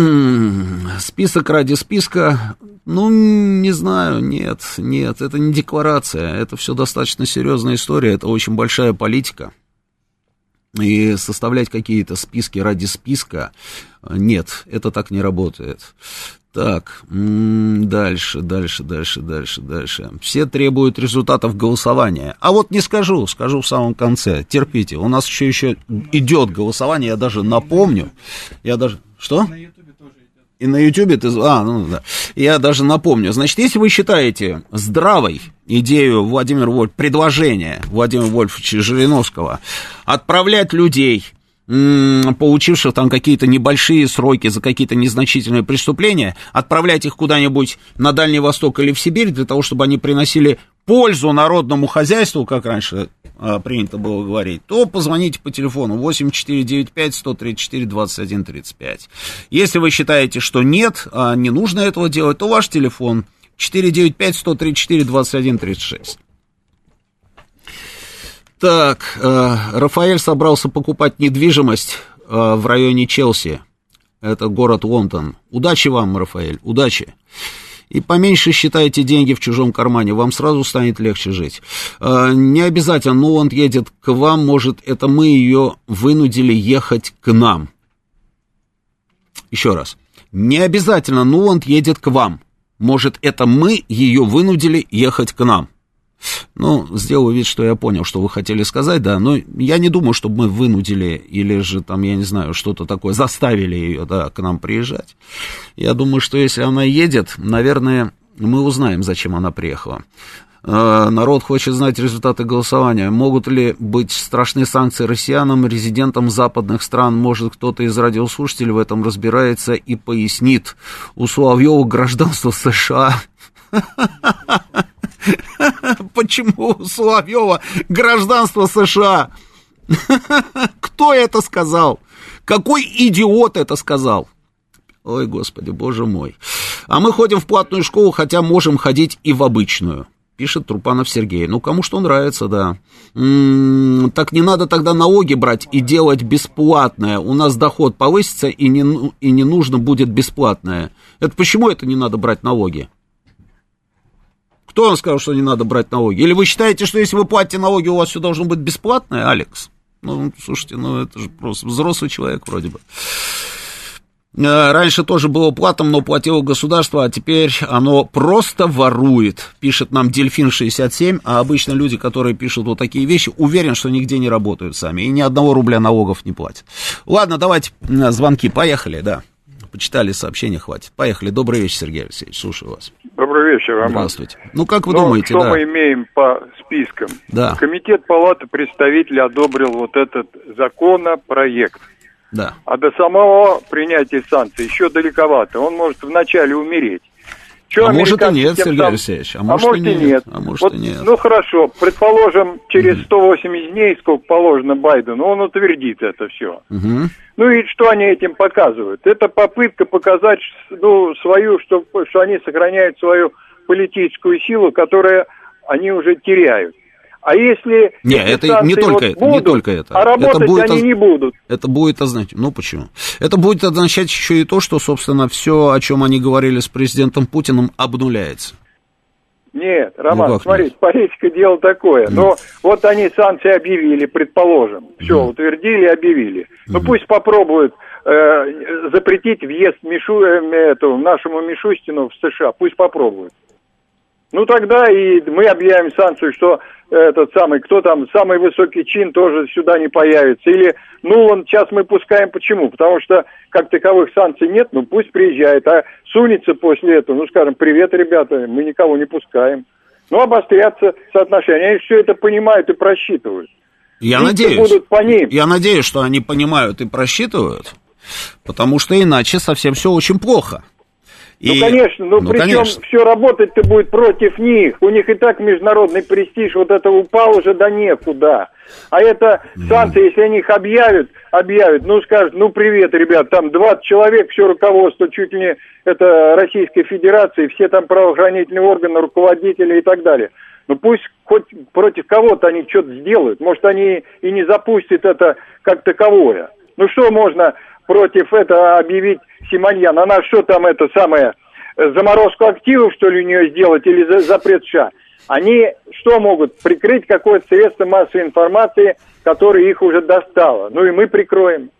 Список ради списка. Ну, не знаю, нет, это не декларация. Это все достаточно серьезная история. Это очень большая политика. И составлять какие-то списки ради списка, нет, это так не работает. Так, дальше. Все требуют результатов голосования. А вот не скажу в самом конце. Терпите, у нас еще идет голосование, я даже напомню. Что? И на Ютубе да. Я даже напомню. Значит, если вы считаете здравой идею предложение Владимира Вольфовича Жириновского отправлять людей, получивших там какие-то небольшие сроки за какие-то незначительные преступления, отправлять их куда-нибудь на Дальний Восток или в Сибирь для того, чтобы они приносили пользу народному хозяйству, как раньше принято было говорить, то позвоните по телефону 8495-134-2135. Если вы считаете, что нет, не нужно этого делать, то ваш телефон 495-134-2136. Так, Рафаэль собрался покупать недвижимость в районе Челси. Это город Лондон. Удачи вам, Рафаэль, удачи. И поменьше считайте деньги в чужом кармане, вам сразу станет легче жить. Не обязательно Нуланд едет к вам, может, это мы ее вынудили ехать к нам. Еще раз. Не обязательно Нуланд едет к вам, может, это мы ее вынудили ехать к нам. Ну, сделаю вид, что я понял, что вы хотели сказать, да, но я не думаю, чтобы мы вынудили или же там, я не знаю, что-то такое, заставили ее, да, к нам приезжать. Я думаю, что если она едет, наверное, мы узнаем, зачем она приехала. Народ хочет знать результаты голосования. Могут ли быть страшные санкции россиянам, резидентам западных стран? Может, кто-то из радиослушателей в этом разбирается и пояснит. У Соловьева гражданство США. Почему у Соловьева гражданство США? Кто это сказал? Какой идиот это сказал? Ой, Господи, Боже мой. А мы ходим в платную школу, хотя можем ходить и в обычную, пишет Трупанов Сергей. Ну, кому что нравится, да. Так не надо тогда налоги брать и делать бесплатное. У нас доход повысится, и не нужно будет бесплатное. Это почему это не надо брать налоги? Кто вам сказал, что не надо брать налоги? Или вы считаете, что если вы платите налоги, у вас все должно быть бесплатное, Алекс? Ну, слушайте, это же просто взрослый человек вроде бы. Раньше тоже было платным, но платило государство, а теперь оно просто ворует, пишет нам Дельфин67, а обычно люди, которые пишут вот такие вещи, уверен, что нигде не работают сами и ни одного рубля налогов не платят. Ладно, давайте звонки, поехали, да. Почитали сообщения, хватит. Поехали. Добрый вечер, Сергей Алексеевич, слушаю вас. Добрый вечер, Роман. Здравствуйте. Ну, как вы думаете, что мы имеем по спискам? Да. Комитет Палаты представителей одобрил вот этот законопроект. Да. А до самого принятия санкций еще далековато. Он может вначале умереть. А может и нет, Сергей Алексеевич. А может и нет. А может и нет. Ну, хорошо. Предположим, через 180 дней, сколько положено Байдену, он утвердит это все. Ну и что они этим показывают? Это попытка показать, свою, что они сохраняют свою политическую силу, которую они уже теряют. А если... Нет, это не только это, будут, не только это. А работать они не будут. Это будет означать... Ну, почему? Это будет означать еще и то, что, собственно, все, о чем они говорили с президентом Путиным, обнуляется. Нет, Роман, Ну, смотрите, политика дело такое. Но вот они санкции объявили, предположим. Все, утвердили, объявили. Ну пусть попробуют запретить въезд нашему Мишустину в США. Пусть попробуют. Ну тогда и мы объявим санкцию, что кто там, самый высокий чин тоже сюда не появится. Или, сейчас мы пускаем, почему? Потому что как таковых санкций нет, пусть приезжает, а сунется после этого, скажем, привет, ребята, мы никого не пускаем. Обострятся соотношения, они все это понимают и просчитывают. Я надеюсь, что они понимают и просчитывают, потому что иначе совсем все очень плохо. Причем все работать-то будет против них. У них и так международный престиж это упал уже до некуда. А это санкции, если они их объявят, скажут, привет, ребят, там 20 человек, все руководство, чуть ли не это Российской Федерации, все там правоохранительные органы, руководители и так далее. Пусть хоть против кого-то они что-то сделают. Может, они и не запустят это как таковое. Что можно против этого объявить Симоньян? Она что там заморозку активов, что ли, у нее сделать, или запрет США? Они что могут? Прикрыть какое-то средство массовой информации, которое их уже достало. И мы прикроем.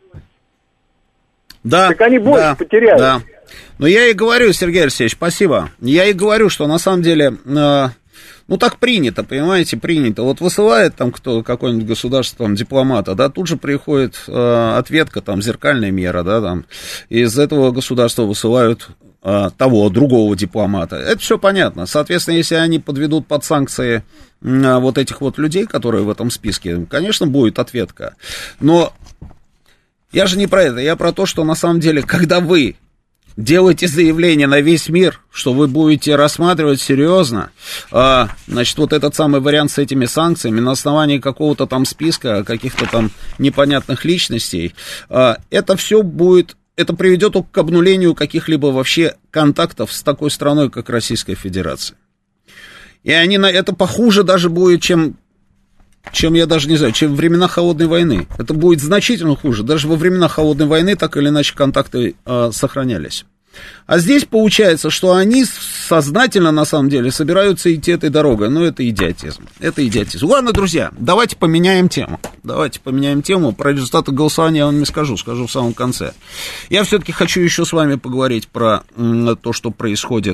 Да. Так они больше потеряют. Да. Но я и говорю, Сергей Алексеевич, спасибо. Я и говорю, что на самом деле... так принято, понимаете, принято. Вот высылает там какое-нибудь государство, дипломата, тут же приходит ответка, зеркальная мера, из этого государства высылают другого дипломата. Это все понятно. Соответственно, если они подведут под санкции этих людей, которые в этом списке, конечно, будет ответка. Но я же не про это, я про то, что на самом деле, когда вы делайте заявление на весь мир, что вы будете рассматривать серьезно, этот самый вариант с этими санкциями на основании какого-то списка, каких-то непонятных личностей, это все будет, это приведет к обнулению каких-либо вообще контактов с такой страной, как Российская Федерация. И это похуже даже будет, чем я даже не знаю, чем времена Холодной войны. Это будет значительно хуже. Даже во времена Холодной войны так или иначе контакты сохранялись. А здесь получается, что они сознательно, на самом деле, собираются идти этой дорогой. Это идиотизм. Это идиотизм. Ладно, друзья, давайте поменяем тему. Про результаты голосования я вам не скажу в самом конце. Я все-таки хочу еще с вами поговорить про то, что происходит.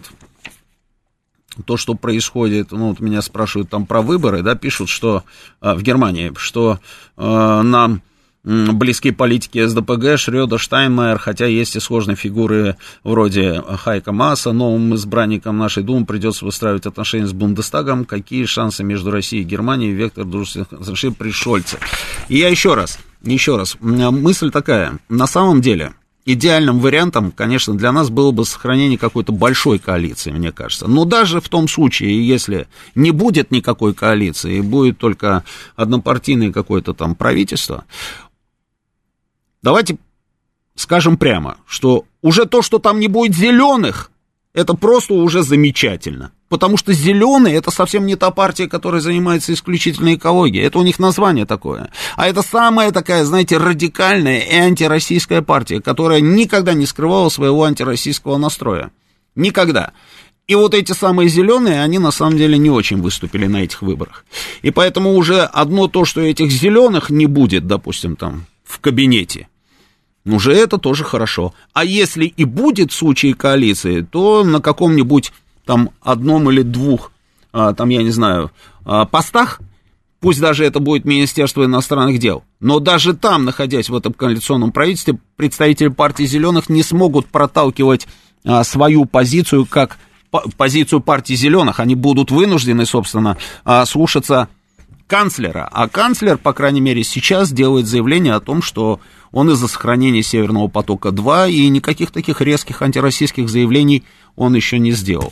Меня спрашивают про выборы, пишут, что в Германии, что нам близкие политики СДПГ, Шрёдер, Штайнмайер, хотя есть и сложные фигуры вроде Хайка Мааса, новым избранникам нашей Думы придется выстраивать отношения с Бундестагом. Какие шансы между Россией и Германией, вектор дружественных отношений при Шольце? И я еще раз, мысль такая, на самом деле... Идеальным вариантом, конечно, для нас было бы сохранение какой-то большой коалиции, мне кажется. Но даже в том случае, если не будет никакой коалиции, и будет только однопартийное какое-то правительство, давайте скажем прямо, что уже то, что там не будет зеленых, это просто уже замечательно. Потому что зеленые — это совсем не та партия, которая занимается исключительно экологией. Это у них название такое. А это самая такая, знаете, радикальная и антироссийская партия, которая никогда не скрывала своего антироссийского настроя. Никогда. И эти самые зеленые, они на самом деле не очень выступили на этих выборах. И поэтому уже одно то, что этих зеленых не будет, допустим, в кабинете, уже это тоже хорошо. А если и будет в случае коалиции, то на каком-нибудь одном или двух, я не знаю, постах, пусть даже это будет Министерство иностранных дел, но даже там, находясь в этом коалиционном правительстве, представители партии «Зеленых» не смогут проталкивать свою позицию как позицию партии «Зеленых». Они будут вынуждены, собственно, слушаться канцлера. А канцлер, по крайней мере, сейчас делает заявление о том, что он из-за сохранения Северного потока-2, и никаких таких резких антироссийских заявлений он еще не сделал.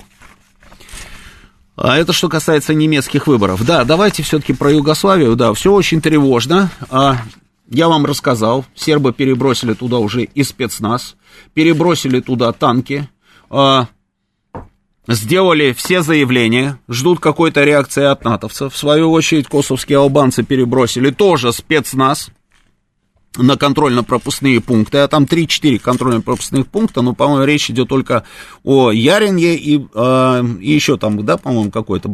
А это что касается немецких выборов. Да, давайте все-таки про Югославию. Да, все очень тревожно. Я вам рассказал, сербы перебросили туда уже и спецназ, перебросили туда танки, сделали все заявления, ждут какой-то реакции от натовцев. В свою очередь, косовские албанцы перебросили тоже спецназ. на контрольно-пропускные пункты, а там 3-4 контрольно-пропускных пункта, но, по-моему, речь идет только о Яринье и еще там, да, по-моему, какой-то,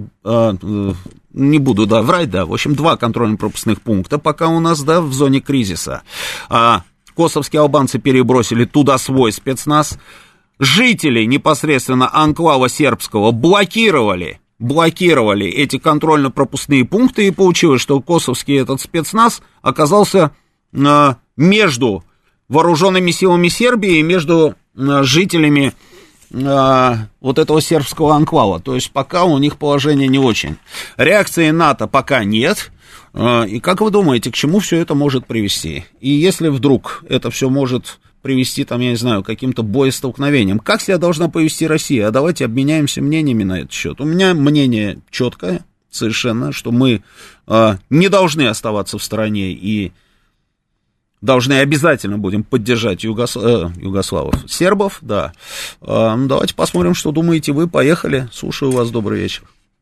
не буду, да, врать, да, в общем, 2 контрольно-пропускных пункта пока у нас, да, в зоне кризиса. Косовские албанцы перебросили туда свой спецназ, жители непосредственно анклава сербского блокировали эти контрольно-пропускные пункты, и получилось, что косовский этот спецназ оказался между вооруженными силами Сербии и между жителями вот этого сербского анклава. То есть пока у них положение не очень. Реакции НАТО пока нет. И как вы думаете, к чему все это может привести? И если вдруг это все может привести, там, я не знаю, к каким-то боестолкновениям, как себя должна повести Россия? А давайте обменяемся мнениями на этот счет. У меня мнение четкое совершенно, что мы не должны оставаться в стороне и должны обязательно будем поддержать югославов, сербов, да. Давайте посмотрим, что думаете вы. Поехали. Слушаю вас. Добрый вечер.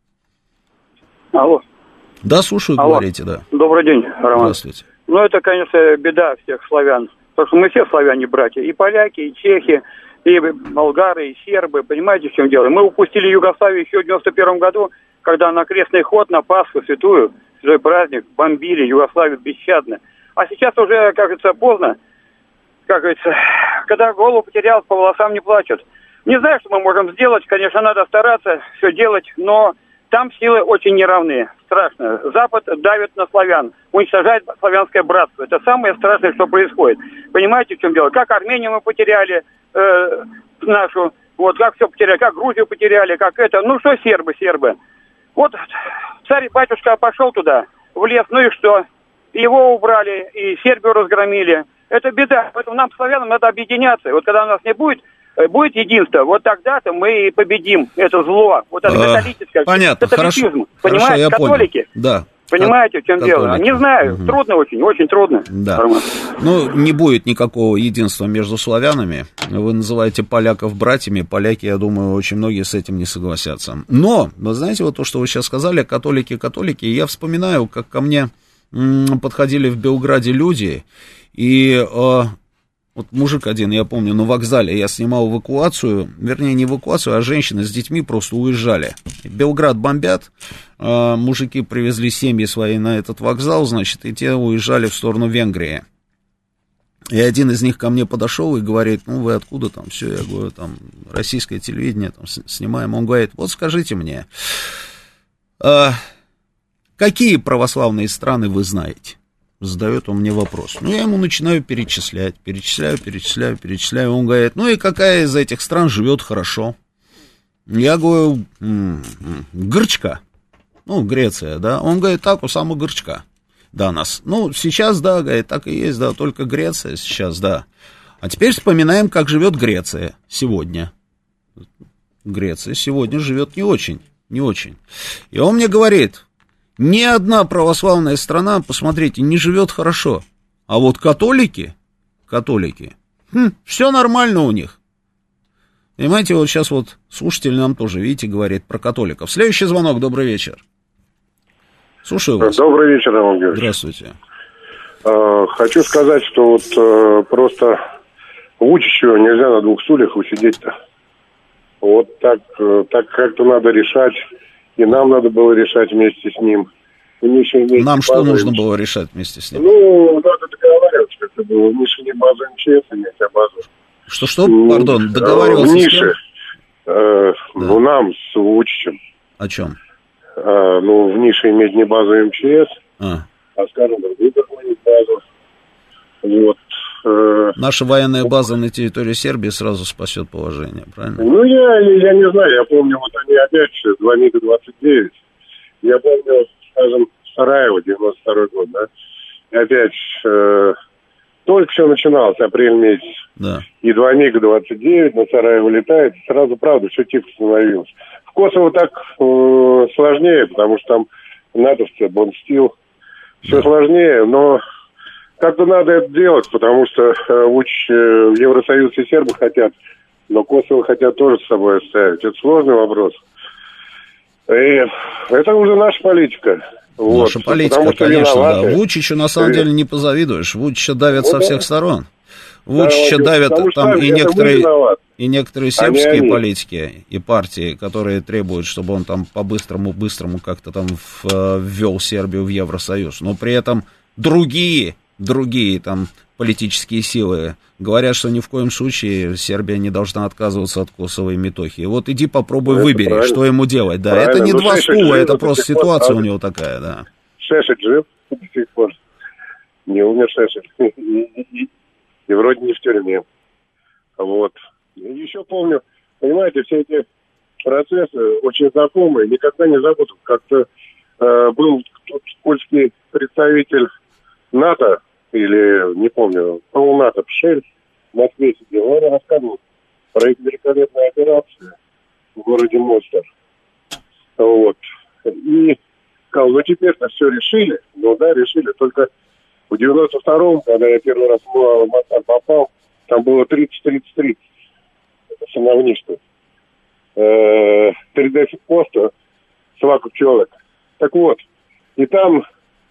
Алло. Да, слушаю, Алло. Говорите, да. Добрый день, Роман. Здравствуйте. Ну, это, конечно, беда всех славян. Потому что мы все славяне, братья. И поляки, и чехи, и болгары, и сербы. Понимаете, в чем дело? Мы упустили Югославию еще в 91 году, когда на крестный ход, на Пасху святой праздник, бомбили Югославию бесщадно. А сейчас уже, как говорится, поздно. Как говорится, когда голову потерял, по волосам не плачут. Не знаю, что мы можем сделать. Конечно, надо стараться все делать, но там силы очень неравные. Страшно. Запад давит на славян, уничтожает славянское братство. Это самое страшное, что происходит. Понимаете, в чем дело? Как Армению мы потеряли, нашу, вот как все потеряли, как Грузию потеряли, как это. Ну что сербы. Вот царь-батюшка пошел туда, в лес, ну и что? Его убрали, и Сербию разгромили. Это беда. Поэтому нам, славянам, надо объединяться. Вот когда у нас не будет единство, вот тогда-то мы и победим это зло. Вот это католическое. Понятно, католицизм. хорошо, Понимаете, я католики. Понял. Да. Понимаете, в чем дело? Не знаю, трудно очень трудно. Да. Ну, не будет никакого единства между славянами. Вы называете поляков братьями. Поляки, я думаю, очень многие с этим не согласятся. Но, вы знаете, вот то, что вы сейчас сказали, католики, я вспоминаю, как ко мне подходили в Белграде люди, и вот мужик один, я помню, на вокзале я снимал эвакуацию, вернее, не эвакуацию, а женщины с детьми просто уезжали. Белград бомбят, мужики привезли семьи свои на этот вокзал, значит, и те уезжали в сторону Венгрии. И один из них ко мне подошел и говорит: ну, вы откуда там? Все, я говорю, там, российское телевидение, там, снимаем. Он говорит: вот скажите мне, какие православные страны вы знаете? Задает он мне вопрос. Ну, я ему начинаю перечислять. Он говорит: ну, и какая из этих стран живет хорошо? Я говорю: Грчка. Ну, Греция, да. Он говорит: так, у самого Грчка. Да, нас. Ну, сейчас, да, говорит, так и есть, да, только Греция сейчас, да. А теперь вспоминаем, как живет Греция сегодня. Греция сегодня живет не очень. И он мне говорит: ни одна православная страна, посмотрите, не живет хорошо. А вот католики, все нормально у них. Понимаете, вот сейчас вот слушатель нам тоже, видите, говорит про католиков. Следующий звонок, добрый вечер. Слушаю вас. Добрый вечер, Роман Георгиевич. Здравствуйте. Хочу сказать, что вот просто Вучичу нельзя на двух стульях усидеть-то. Вот так как-то надо решать. И нам надо было решать вместе с ним. Нам что нужно было решать вместе с ним? Ну, надо договариваться, как-то было. В Нише не базу МЧС, иметь, а базу... Что? Пардон, договариваться в Нише. Ну, нам с Вучичем. О чем? Ну, в Нише иметь не базу МЧС, а скажем, другую какую-нибудь базу. Вот. Наша военная база на территории Сербии сразу спасет положение, правильно? Ну, я не знаю, я помню, вот они опять 2 МиГа-29. Я помню, скажем, Сараево, 92-й год, да? И опять только все начиналось, апрель месяц. Да. И 2 МиГа-29 на Сараево летает, сразу, правда, все тихо становилось. В Косово так сложнее, потому что там натовцы, бонстил, все сложнее, но... Как-то надо это делать, потому что Евросоюз и сербы хотят, но Косово хотят тоже с собой оставить. Это сложный вопрос. Это уже наша политика. Наша политика, конечно, да. Вучичу на самом деле не позавидуешь. Вучича давят со всех сторон. Вучича давят там и некоторые сербские политики и партии, которые требуют, чтобы он там по-быстрому как-то там ввел Сербию в Евросоюз. Но при этом другие там политические силы говорят, что ни в коем случае Сербия не должна отказываться от Косово и Метохии. Вот иди попробуй выбери, правильно. Что ему делать. Да, правильно. Это не два стула, это просто ситуация у него такая, да. Шешек жив до сих пор. Не умер Шешек. И вроде не в тюрьме. Вот. Еще помню, понимаете, все эти процессы очень знакомые, никогда не забуду. Как-то был тут польский представитель НАТО, или, не помню, НАТО, Пшель, в Москве сидел, он рассказывал про их великолепную операцию в городе Мостер. Вот. И сказал, ну теперь-то все решили. Ну да, решили, только в 92-м, когда я первый раз в Москву попал, там было 30-30-30 сановничество. 30 поста сваков человек. Так вот, и там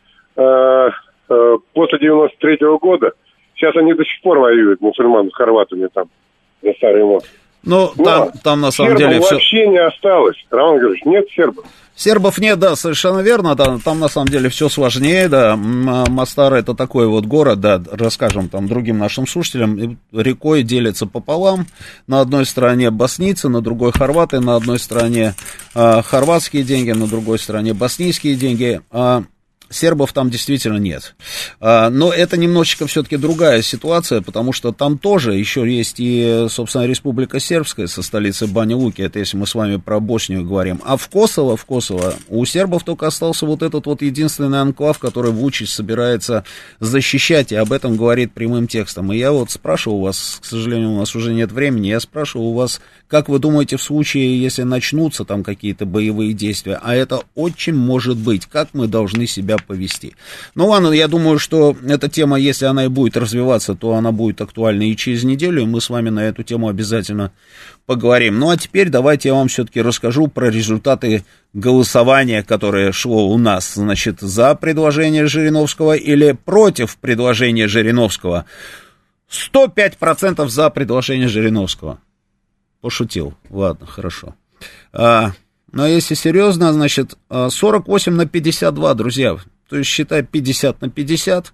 после 93-го года, сейчас они до сих пор воюют, мусульман с хорватами там, на Старый мост. Ну, там на самом деле все... вообще не осталось. Роман Григорьевич, нет сербов? Сербов нет, да, совершенно верно. Там на самом деле все сложнее, да. Мостар — это такой вот город, да, расскажем там другим нашим слушателям. Рекой делится пополам. На одной стороне боснийцы, на другой хорваты, на одной стороне хорватские деньги, на другой стороне боснийские деньги. Сербов там действительно нет. Но это немножечко все-таки другая ситуация, потому что там тоже еще есть и, собственно, Республика Сербская со столицей Бanja-Luka, это если мы с вами про Боснию говорим. А в Косово у сербов только остался вот этот вот единственный анклав, который Вучич собирается защищать, и об этом говорит прямым текстом. И я вот спрашивал у вас, к сожалению, у нас уже нет времени, я спрашивал у вас, как вы думаете в случае, если начнутся там какие-то боевые действия, а это очень может быть, как мы должны себя повести. Ну ладно, я думаю, что эта тема, если она и будет развиваться, то она будет актуальна и через неделю, и мы с вами на эту тему обязательно поговорим. Ну а теперь давайте я вам все-таки расскажу про результаты голосования, которое шло у нас, значит, за предложение Жириновского или против предложения Жириновского. 105% за предложение Жириновского. Пошутил. Ладно, хорошо. Но если серьезно, значит, 48-52, друзья. То есть, считай, 50-50.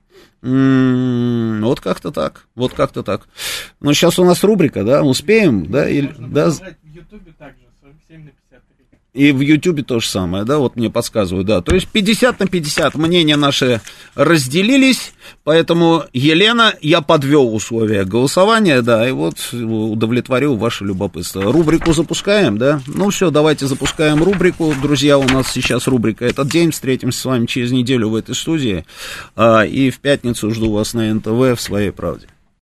Вот как-то так. Вот как-то так. Но сейчас у нас рубрика, да? Успеем, да? Или, да? В Ютубе также 47-53. И в Ютубе то же самое, да, вот мне подсказывают, да. То есть 50-50 мнения наши разделились, поэтому, Елена, я подвел условия голосования, да, и вот удовлетворил ваше любопытство. Рубрику запускаем, да? Ну все, давайте запускаем рубрику. Друзья, у нас сейчас рубрика «Этот день». Встретимся с вами через неделю в этой студии. И в пятницу жду вас на НТВ в «Своей правде».